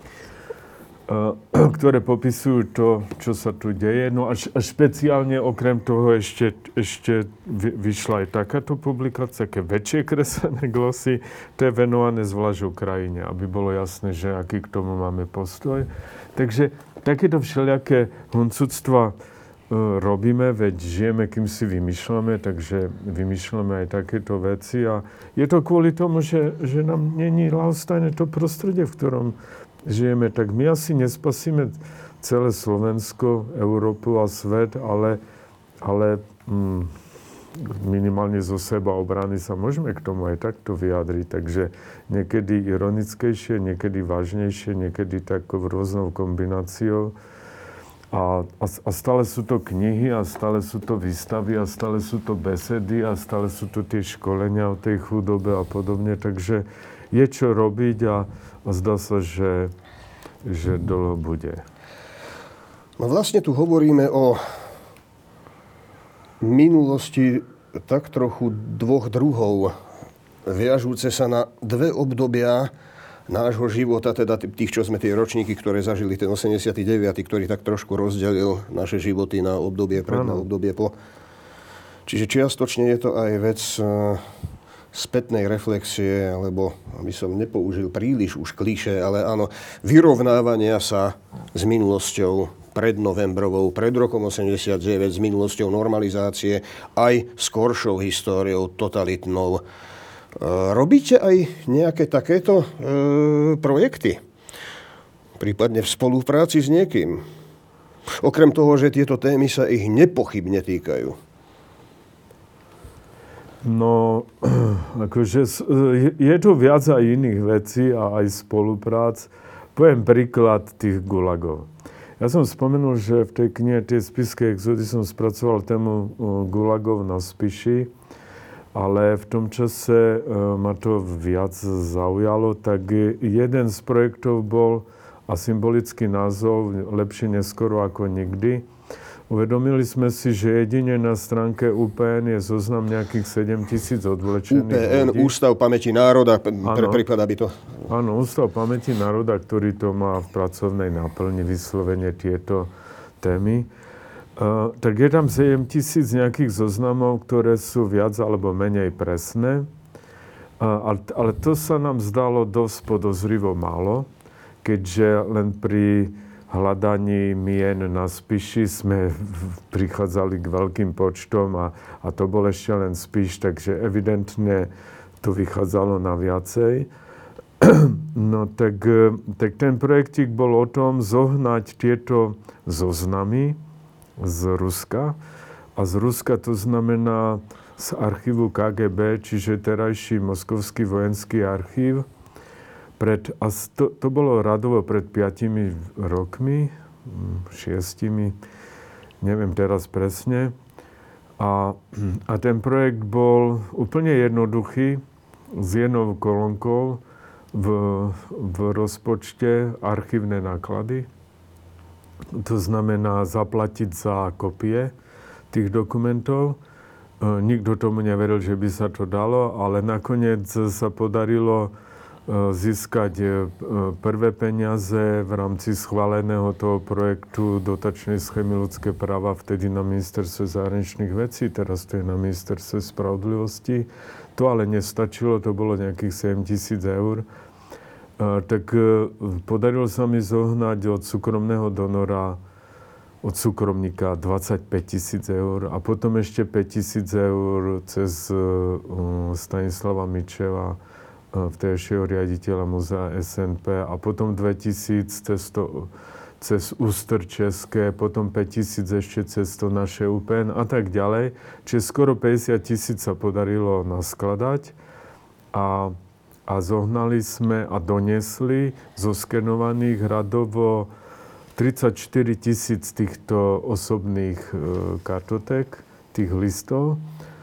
ktoré popisujú to, čo sa tu deje. No a špeciálne okrem toho ešte vyšla aj takáto publikácia, také väčšie kreslené glosy. To je venované zvlášť Ukrajine, aby bolo jasné, že aký k tomu máme postoj. Takže takéto všelijaké huncúctva robíme, veď žijeme, kým si vymýšľame, takže vymýšľame aj takéto veci. A je to kvôli tomu, že nám není ľahostajné to prostredie, v ktorom žijeme. Tak my asi nespasíme celé Slovensko, Európu a svet, ale minimálne zo seba obrany sa môžeme k tomu aj takto vyjadriť. Takže niekedy ironickejšie, niekedy vážnejšie, niekedy takou rôznou kombináciou. A stále sú to knihy, a stále sú to výstavy, a stále sú to besedy, a stále sú to tie školenia o tej chudobe a podobne. Takže je čo robiť a zdá sa, že dlho bude. No vlastne tu hovoríme o minulosti tak trochu dvoch druhov, viažúce sa na dve obdobia nášho života, teda tých, čo sme tie ročníky, ktoré zažili ten 89., ktorý tak trošku rozdelil naše životy na obdobie pred, na obdobie po. Čiže čiastočne je to aj vec spätnej reflexie, alebo aby som nepoužil príliš už klišé, ale áno, vyrovnávania sa s minulosťou prednovembrovou, pred rokom 89, s minulosťou normalizácie, aj skoršou históriou totalitnou. Robíte aj nejaké takéto projekty? Prípadne v spolupráci s niekým? Okrem toho, že tieto témy sa ich nepochybne týkajú. No, akože je tu viac aj iných vecí a aj spoluprác. Poviem príklad tých gulagov. Ja som spomenul, že v tej knihe Tie spišské exody som spracoval tému gulagov na Spiši, ale v tom čase ma to viac zaujalo, tak jeden z projektov bol a symbolický názov Lepšie neskoro ako nikdy. Uvedomili sme si, že jedine na stránke UPN je zoznam nejakých 7 000 odvlečených UPN, ľudí. Ústav pamäti národa, pre prípad, aby to... Áno, Ústav pamäti národa, ktorý to má v pracovnej náplni vyslovene tieto témy. Tak je tam 7 000 nejakých zoznamov, ktoré sú viac alebo menej presné. Ale to sa nám zdalo dosť podozrivo málo, keďže len pri hľadaní mien na Spiši sme prichádzali k veľkým počtom a to bol ešte len Spiš, takže evidentne to vychádzalo na viacej. No tak ten projektík bol o tom zohnať tieto zoznamy z Ruska. A z Ruska to znamená z archívu KGB, čiže terajší Moskovský vojenský archív. To bolo radovo pred 5 rokmi, 6, neviem teraz presne. A ten projekt bol úplne jednoduchý, s jednou kolónkou v rozpočte archívne náklady. To znamená zaplatiť za kopie tých dokumentov. Nikto tomu neveril, že by sa to dalo, ale nakoniec sa podarilo získať prvé peniaze v rámci schváleného toho projektu dotačnej schémy ľudské práva vtedy na ministerstve zahraničných vecí, teraz to je na ministerstve spravodlivosti. To ale nestačilo, to bolo nejakých 7 000 eur. Tak podarilo sa mi zohnať od súkromného donora, od súkromníka 25 000 eur a potom ešte 5 000 eur cez Stanislava Mičeva, vtedajšieho riaditeľa múzea SNP a potom 2000 cez Úster České, potom 5000 ešte cez to naše UPN a tak ďalej. Čiže skoro 50 000 sa podarilo naskladať a zohnali sme a donesli zoskenovaných radovo 34 000 týchto osobných kartoték, tých listov,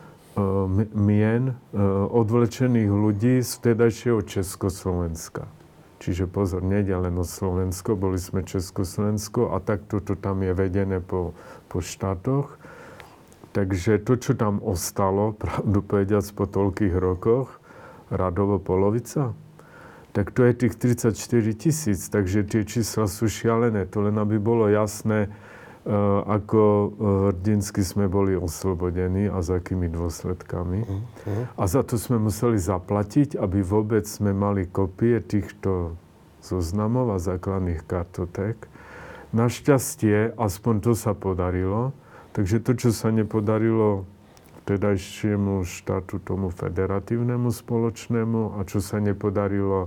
mien odvlečených ľudí z vtedajšieho Československa. Čiže pozor, nejde len o Slovensko, boli sme Československo a takto to tam je vedené po štátoch. Takže to, čo tam ostalo, pravdu povediac po toľkých rokoch, radovo polovica, tak to je tých 34 000, takže tie čísla sú šialené. To len aby bolo jasné, ako hrdinsky sme boli oslobodení a s akými dôsledkami. A za to sme museli zaplatiť, aby vôbec sme mali kopie týchto zoznamov a základných kartoték. Našťastie, aspoň to sa podarilo. Takže to, čo sa nepodarilo vtedajšiemu štátu, tomu federatívnemu spoločnému a čo sa nepodarilo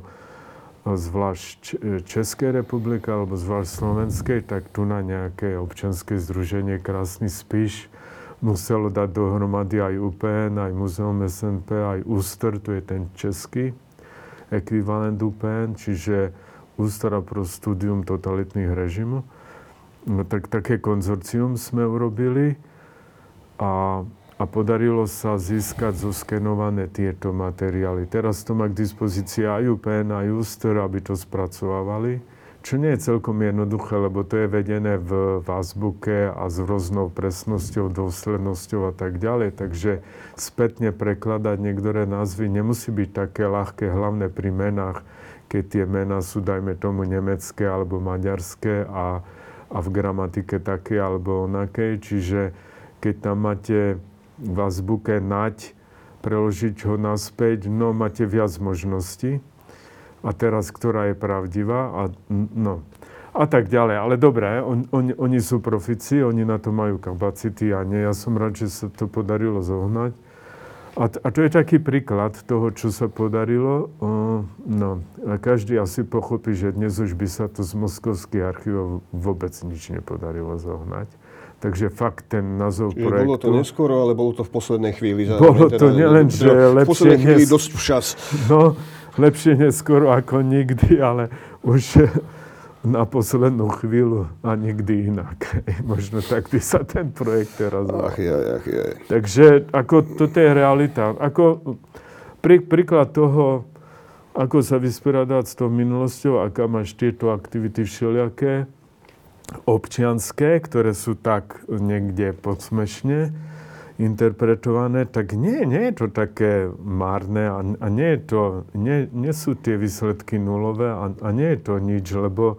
zvlášť Českej republiky alebo zvlášť Slovenskej, tak tu na nejaké občianske združenie Krásny Spiš muselo dať dohromady aj UPN, aj Múzeum SNP, aj Úster, tu je ten český ekvivalent UPN, čiže Ústava pro studium totalitných režimov. No tak také konzorcium sme urobili a podarilo sa získať zoskenované tieto materiály. Teraz to má k dispozícii aj UPN, aj Úster, aby to spracovávali. Čo nie je celkom jednoduché, lebo to je vedené v azbuke a s rôznou presnosťou, dôslednosťou a tak ďalej. Takže spätne prekladať niektoré názvy nemusí byť také ľahké, hlavne pri menách, keď tie mená sú, dajme tomu, nemecké alebo maďarské a v gramatike také alebo onakej. Čiže keď tam máte v azbuke nať preložiť ho naspäť, no máte viac možností. A teraz, ktorá je pravdivá a tak ďalej. Ale dobré, oni sú profici, oni na to majú kapacity a nie. Ja som rád, že sa to podarilo zohnať. A to je taký príklad toho, čo sa podarilo. A každý asi pochopí, že dnes už by sa to z moskovských archívov vôbec nič nepodarilo zohnať. Takže fakt ten názov projektu... Bolo to neskoro, ale bolo to v poslednej chvíli. Bolo to nielen, že lepšie... V poslednej chvíli dosť včas. No, lepšie neskoro ako nikdy, ale už na poslednú chvíľu a nikdy inak. Možno tak by sa ten projekt teraz... Ach je. Takže ako toto je realita. Príklad toho, ako sa vysporiadať s tou minulosťou a kam máš tieto aktivity všelijaké, občianské, ktoré sú tak niekde podsmešne interpretované, tak nie je to také márne a nie sú tie výsledky nulové a nie je to nič, lebo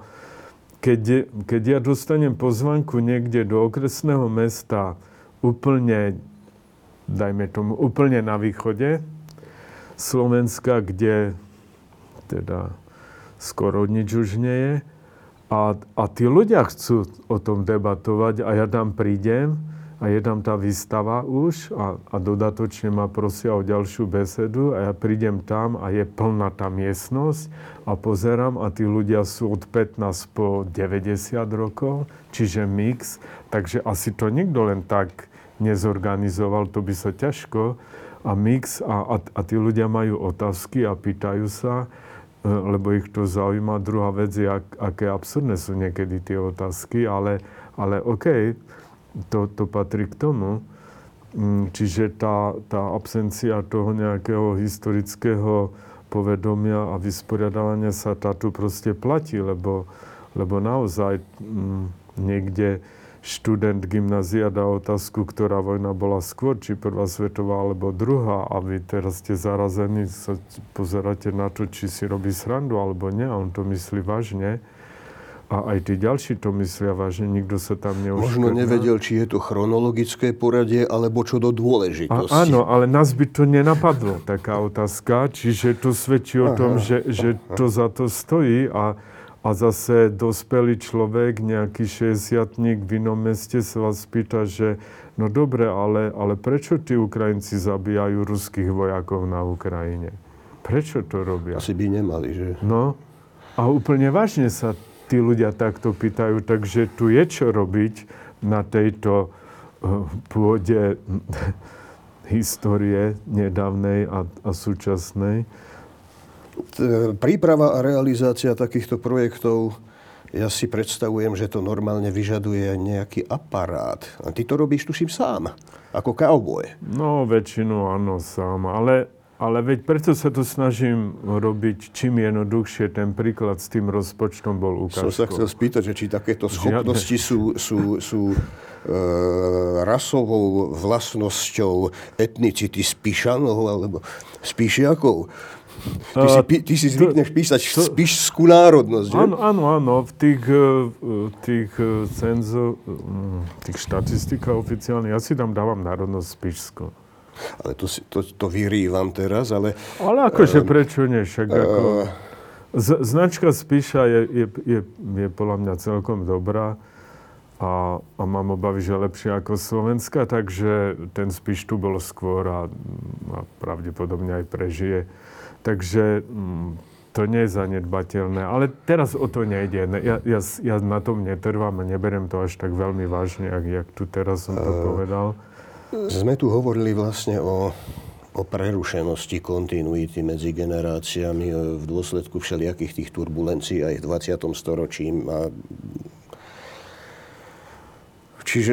keď ja dostanem pozvanku niekde do okresného mesta úplne, dajme tomu, úplne na východe Slovenska, kde teda skoro nič už nie je, a tí ľudia chcú o tom debatovať a ja tam prídem a je tam tá výstava už a dodatočne ma prosia o ďalšiu besedu a ja prídem tam a je plná tá miestnosť a pozerám a tí ľudia sú od 15 po 90 rokov, čiže mix, takže asi to nikto len tak nezorganizoval, to by sa ťažko a mix a tí ľudia majú otázky a pýtajú sa, lebo ich to zaujíma. Druhá vec je, aké absurdné sú niekedy tie otázky, ale OK, to patrí k tomu. Čiže tá absencia toho nejakého historického povedomia a vysporiadávania sa tátu proste platí, lebo naozaj niekde študent gymnázia dá otázku, ktorá vojna bola skôr, či prvá svetová alebo druhá, a vy teraz ste zarazení, sa pozeráte na to, či si robí srandu alebo nie, a on to myslí vážne. A aj tí ďalší to myslia vážne, nikto sa tam neuškrtná. Možno nevedel, či je to chronologické poradie, alebo čo do dôležitosti. Áno, ale nás by to nenapadlo, taká otázka. Čiže to svedčí o tom, že to za to stojí a zase dospelý človek, nejaký 60-tník v inom meste sa vás pýta, že no dobre, ale prečo tí Ukrajinci zabíjajú ruských vojakov na Ukrajine? Prečo to robia? Asi by nemali, že? No, a úplne vážne sa tí ľudia takto pýtajú, takže tu je čo robiť na tejto pôde histórie nedávnej a súčasnej. Príprava a realizácia takýchto projektov, ja si predstavujem, že to normálne vyžaduje nejaký aparát. A ty to robíš, tuším, sám, ako cowboy. No, väčšinu áno, sám, ale veď preto sa to snažím robiť čím jednoduchšie. Ten príklad s tým rozpočtom bol ukážkou. Som sa chcel spýtať, že či takéto schopnosti sú rasovou vlastnosťou etnicity Spišanov alebo Spišiakov. Ty si zvykneš písať spišskú národnosť, že? Áno. V tých štatistikách oficiálnych, ja si tam dávam národnosť Spišsko. Ale to vyrývam teraz, ale... Ale akože prečo nie? Však ako... Značka Spiša je podľa mňa celkom dobrá a mám obavy, že lepšia ako Slovenska, takže ten Spiš tu bol skôr a pravdepodobne aj prežije. Takže to nie je zanedbateľné. Ale teraz o to nejde. Ja na tom netrvám a neberiem to až tak veľmi vážne, jak tu teraz som to povedal. Sme tu hovorili vlastne o prerušenosti kontinuity medzi generáciami v dôsledku všelijakých tých turbulencií aj v 20. storočí. Čiže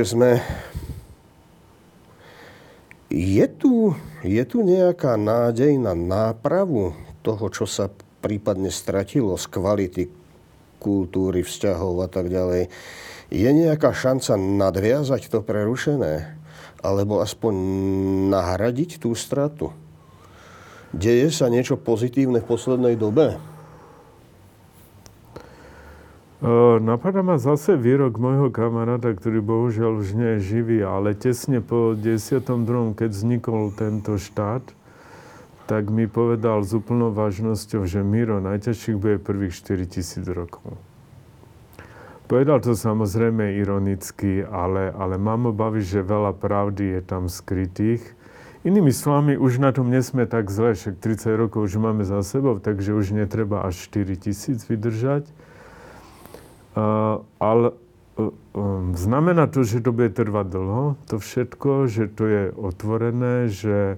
je tu nejaká nádej na nápravu toho, čo sa prípadne stratilo z kvality kultúry, vzťahov a tak ďalej? Je nejaká šanca nadviazať to prerušené? Alebo aspoň nahradiť tú stratu? Deje sa niečo pozitívne v poslednej dobe? Napadá ma zase výrok môjho kamaráta, ktorý bohužiaľ už nie je živý, ale tesne po 92., keď vznikol tento štát, tak mi povedal s úplnou vážnosťou, že Miro, najťažších bude prvých 4000 rokov. Povedal to samozrejme ironicky, ale mám obavy, že veľa pravdy je tam skrytých. Inými slovami, už na tom nesme tak zle, však 30 rokov už máme za sebou, takže už netreba až 4000 vydržať. Ale znamená to, že to bude trvať dlho, to všetko, že to je otvorené, že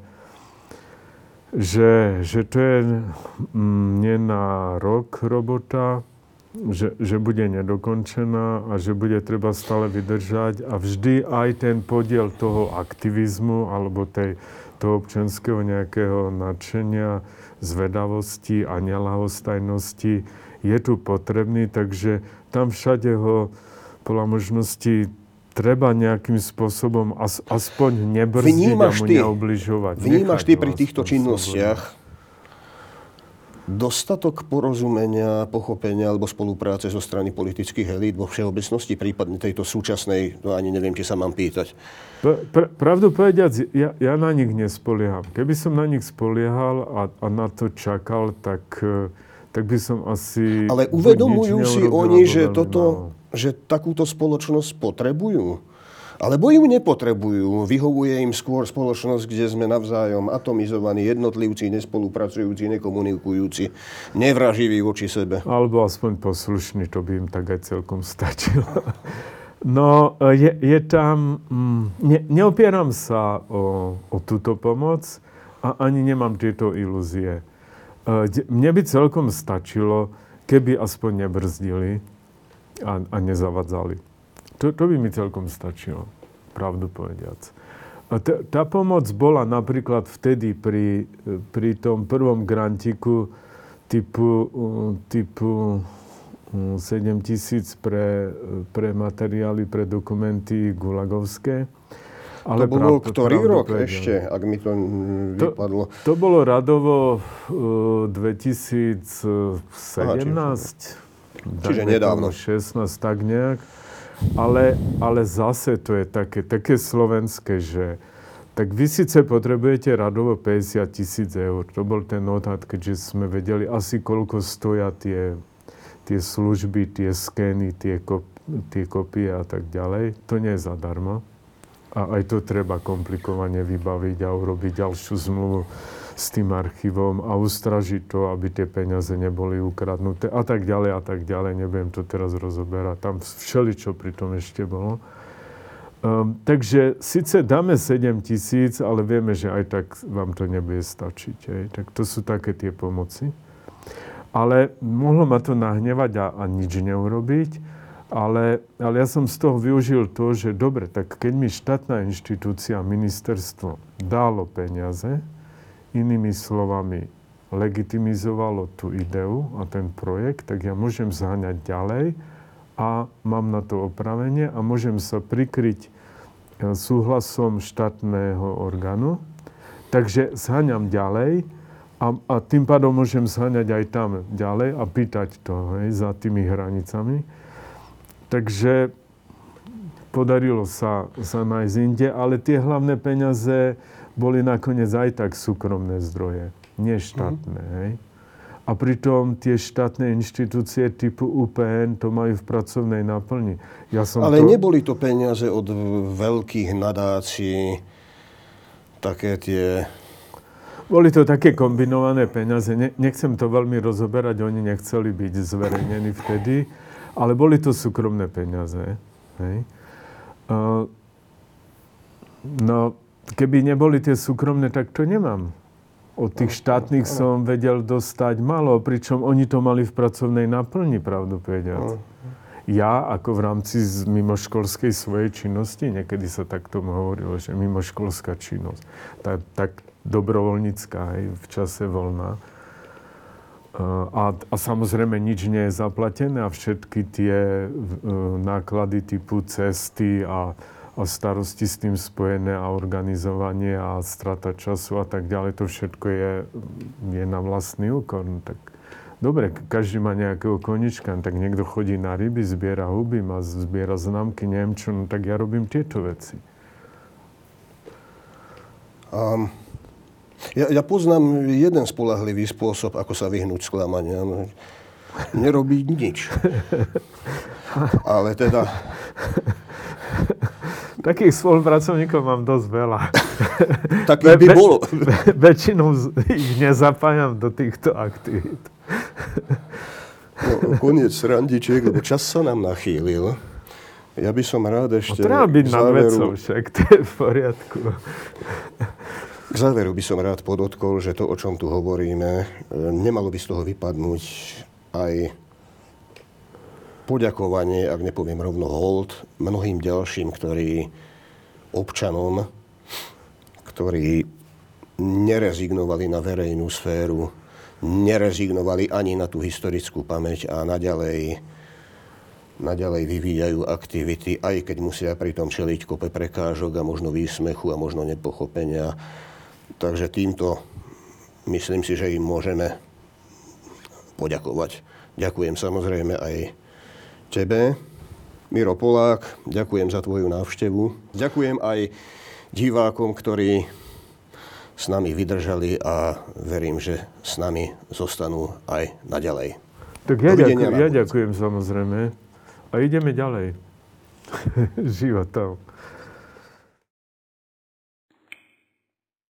to je nie na rok robota, že bude nedokončená a že bude treba stále vydržať a vždy aj ten podiel toho aktivizmu alebo toho občianskeho nejakého nadšenia, zvedavosti a neľahostajnosti je tu potrebný, takže tam všade ho podľa možností treba nejakým spôsobom aspoň nebrzdiť a mu neubližovať. Vnímaš ty pri týchto činnostiach dostatok porozumenia, pochopenia alebo spolupráce zo strany politických elít vo všeobecnosti, prípadne tejto súčasnej, no ani neviem, či sa mám pýtať. Pravdu povediac, ja na nich nespolieham. Keby som na nich spoliehal a na to čakal, tak by som asi... Ale uvedomujú si oni, že takúto spoločnosť potrebujú? Alebo ju nepotrebujú. Vyhovuje im skôr spoločnosť, kde sme navzájom atomizovaní, jednotlivci, nespolupracujúci, nekomunikujúci, nevraživí voči sebe. Alebo aspoň poslušný, to by im tak aj celkom stačilo. No, je tam... Neopieram sa o túto pomoc a ani nemám tieto ilúzie. Mne by celkom stačilo, keby aspoň nebrzdili a nezavadzali. To by mi celkom stačilo, pravdu povediac. A tá pomoc bola napríklad vtedy pri tom prvom grantiku typu 7 000 pre materiály, pre dokumenty gulagovské. Ale to bolo ktorý rok ešte, ak mi to vypadlo? To bolo radovo 2017. Čiže nedávno. 16, tak nejak. Ale zase to je také slovenské, že tak vy síce potrebujete radovo 50 000 eur. To bol ten odhad, keďže sme vedeli asi koľko stoja tie služby, tie skény, tie kopie a tak ďalej. To nie je zadarmo. A aj to treba komplikovane vybaviť a urobiť ďalšiu zmluvu s tým archívom a ustražiť to, aby tie peniaze neboli ukradnuté a tak ďalej. Nebudem to teraz rozoberať. Tam všeličo pri tom ešte bolo. Takže síce dáme 7 000, ale vieme, že aj tak vám to nebude stačiť. Tak to sú také tie pomoci. Ale mohlo ma to nahnevať a nič neurobiť. Ale ja som z toho využil to, že dobre, tak keď mi štátna inštitúcia, ministerstvo dalo peniaze, inými slovami legitimizovalo tú ideu a ten projekt, tak ja môžem zháňať ďalej a mám na to opravenie a môžem sa prikryť súhlasom štátneho orgánu. Takže zháňam ďalej a tým pádom môžem zháňať aj tam ďalej a pýtať to za tými hranicami. Takže podarilo sa nájsť inde, ale tie hlavné peniaze boli nakoniec aj tak súkromné zdroje, nie štátne. Hej? A pritom tie štátne inštitúcie typu UPN to majú v pracovnej náplni. Ale neboli to peniaze od veľkých nadácií, také tie... Boli to také kombinované peniaze. Nechcem to veľmi rozoberať, oni nechceli byť zverejnení vtedy, ale boli to súkromné peniaze. Hej? Keby neboli tie súkromné, tak to nemám. Od tých štátnych som vedel dostať málo, pričom oni to mali v pracovnej náplni, pravdu povediac. Ja, ako v rámci mimoškolskej svojej činnosti, niekedy sa tak tomu hovorilo, že mimoškolská činnosť, tak dobrovoľnícka aj v čase voľná. A samozrejme nič nie je zaplatené a všetky tie náklady typu cesty a starosti s tým spojené a organizovanie a strata času a tak ďalej, to všetko je na vlastný úkor. No tak dobre, každý má nejakého konička, tak niekto chodí na ryby, zbiera huby, zbiera známky, neviem čo, no tak ja robím tieto veci. Ja poznám jeden spoľahlivý spôsob, ako sa vyhnúť sklamaniam. Nerobiť nič. Ale teda... Takých spolupracovníkov mám dosť veľa. Takých by bolo. Väčšinou ich nezapájam do týchto aktivít. No, koniec srandičiek, lebo čas sa nám nachýlil. Ja by som rád ešte... Treba byť nad vecou, však to je v poriadku. K záveru by som rád podotkol, že to, o čom tu hovoríme, nemalo by z toho vypadnúť aj poďakovanie, ak nepoviem rovno hold, mnohým ďalším, občanom, ktorí nerezignovali na verejnú sféru, nerezignovali ani na tú historickú pamäť a naďalej vyvíjajú aktivity, aj keď musia pritom čeliť kope prekážok a možno výsmechu a možno nepochopenia. Takže týmto myslím si, že im môžeme poďakovať. Ďakujem samozrejme aj tebe, Miro Polák, ďakujem za tvoju návštevu. Ďakujem aj divákom, ktorí s nami vydržali a verím, že s nami zostanú aj naďalej. Tak ja ďakujem samozrejme a ideme ďalej životom.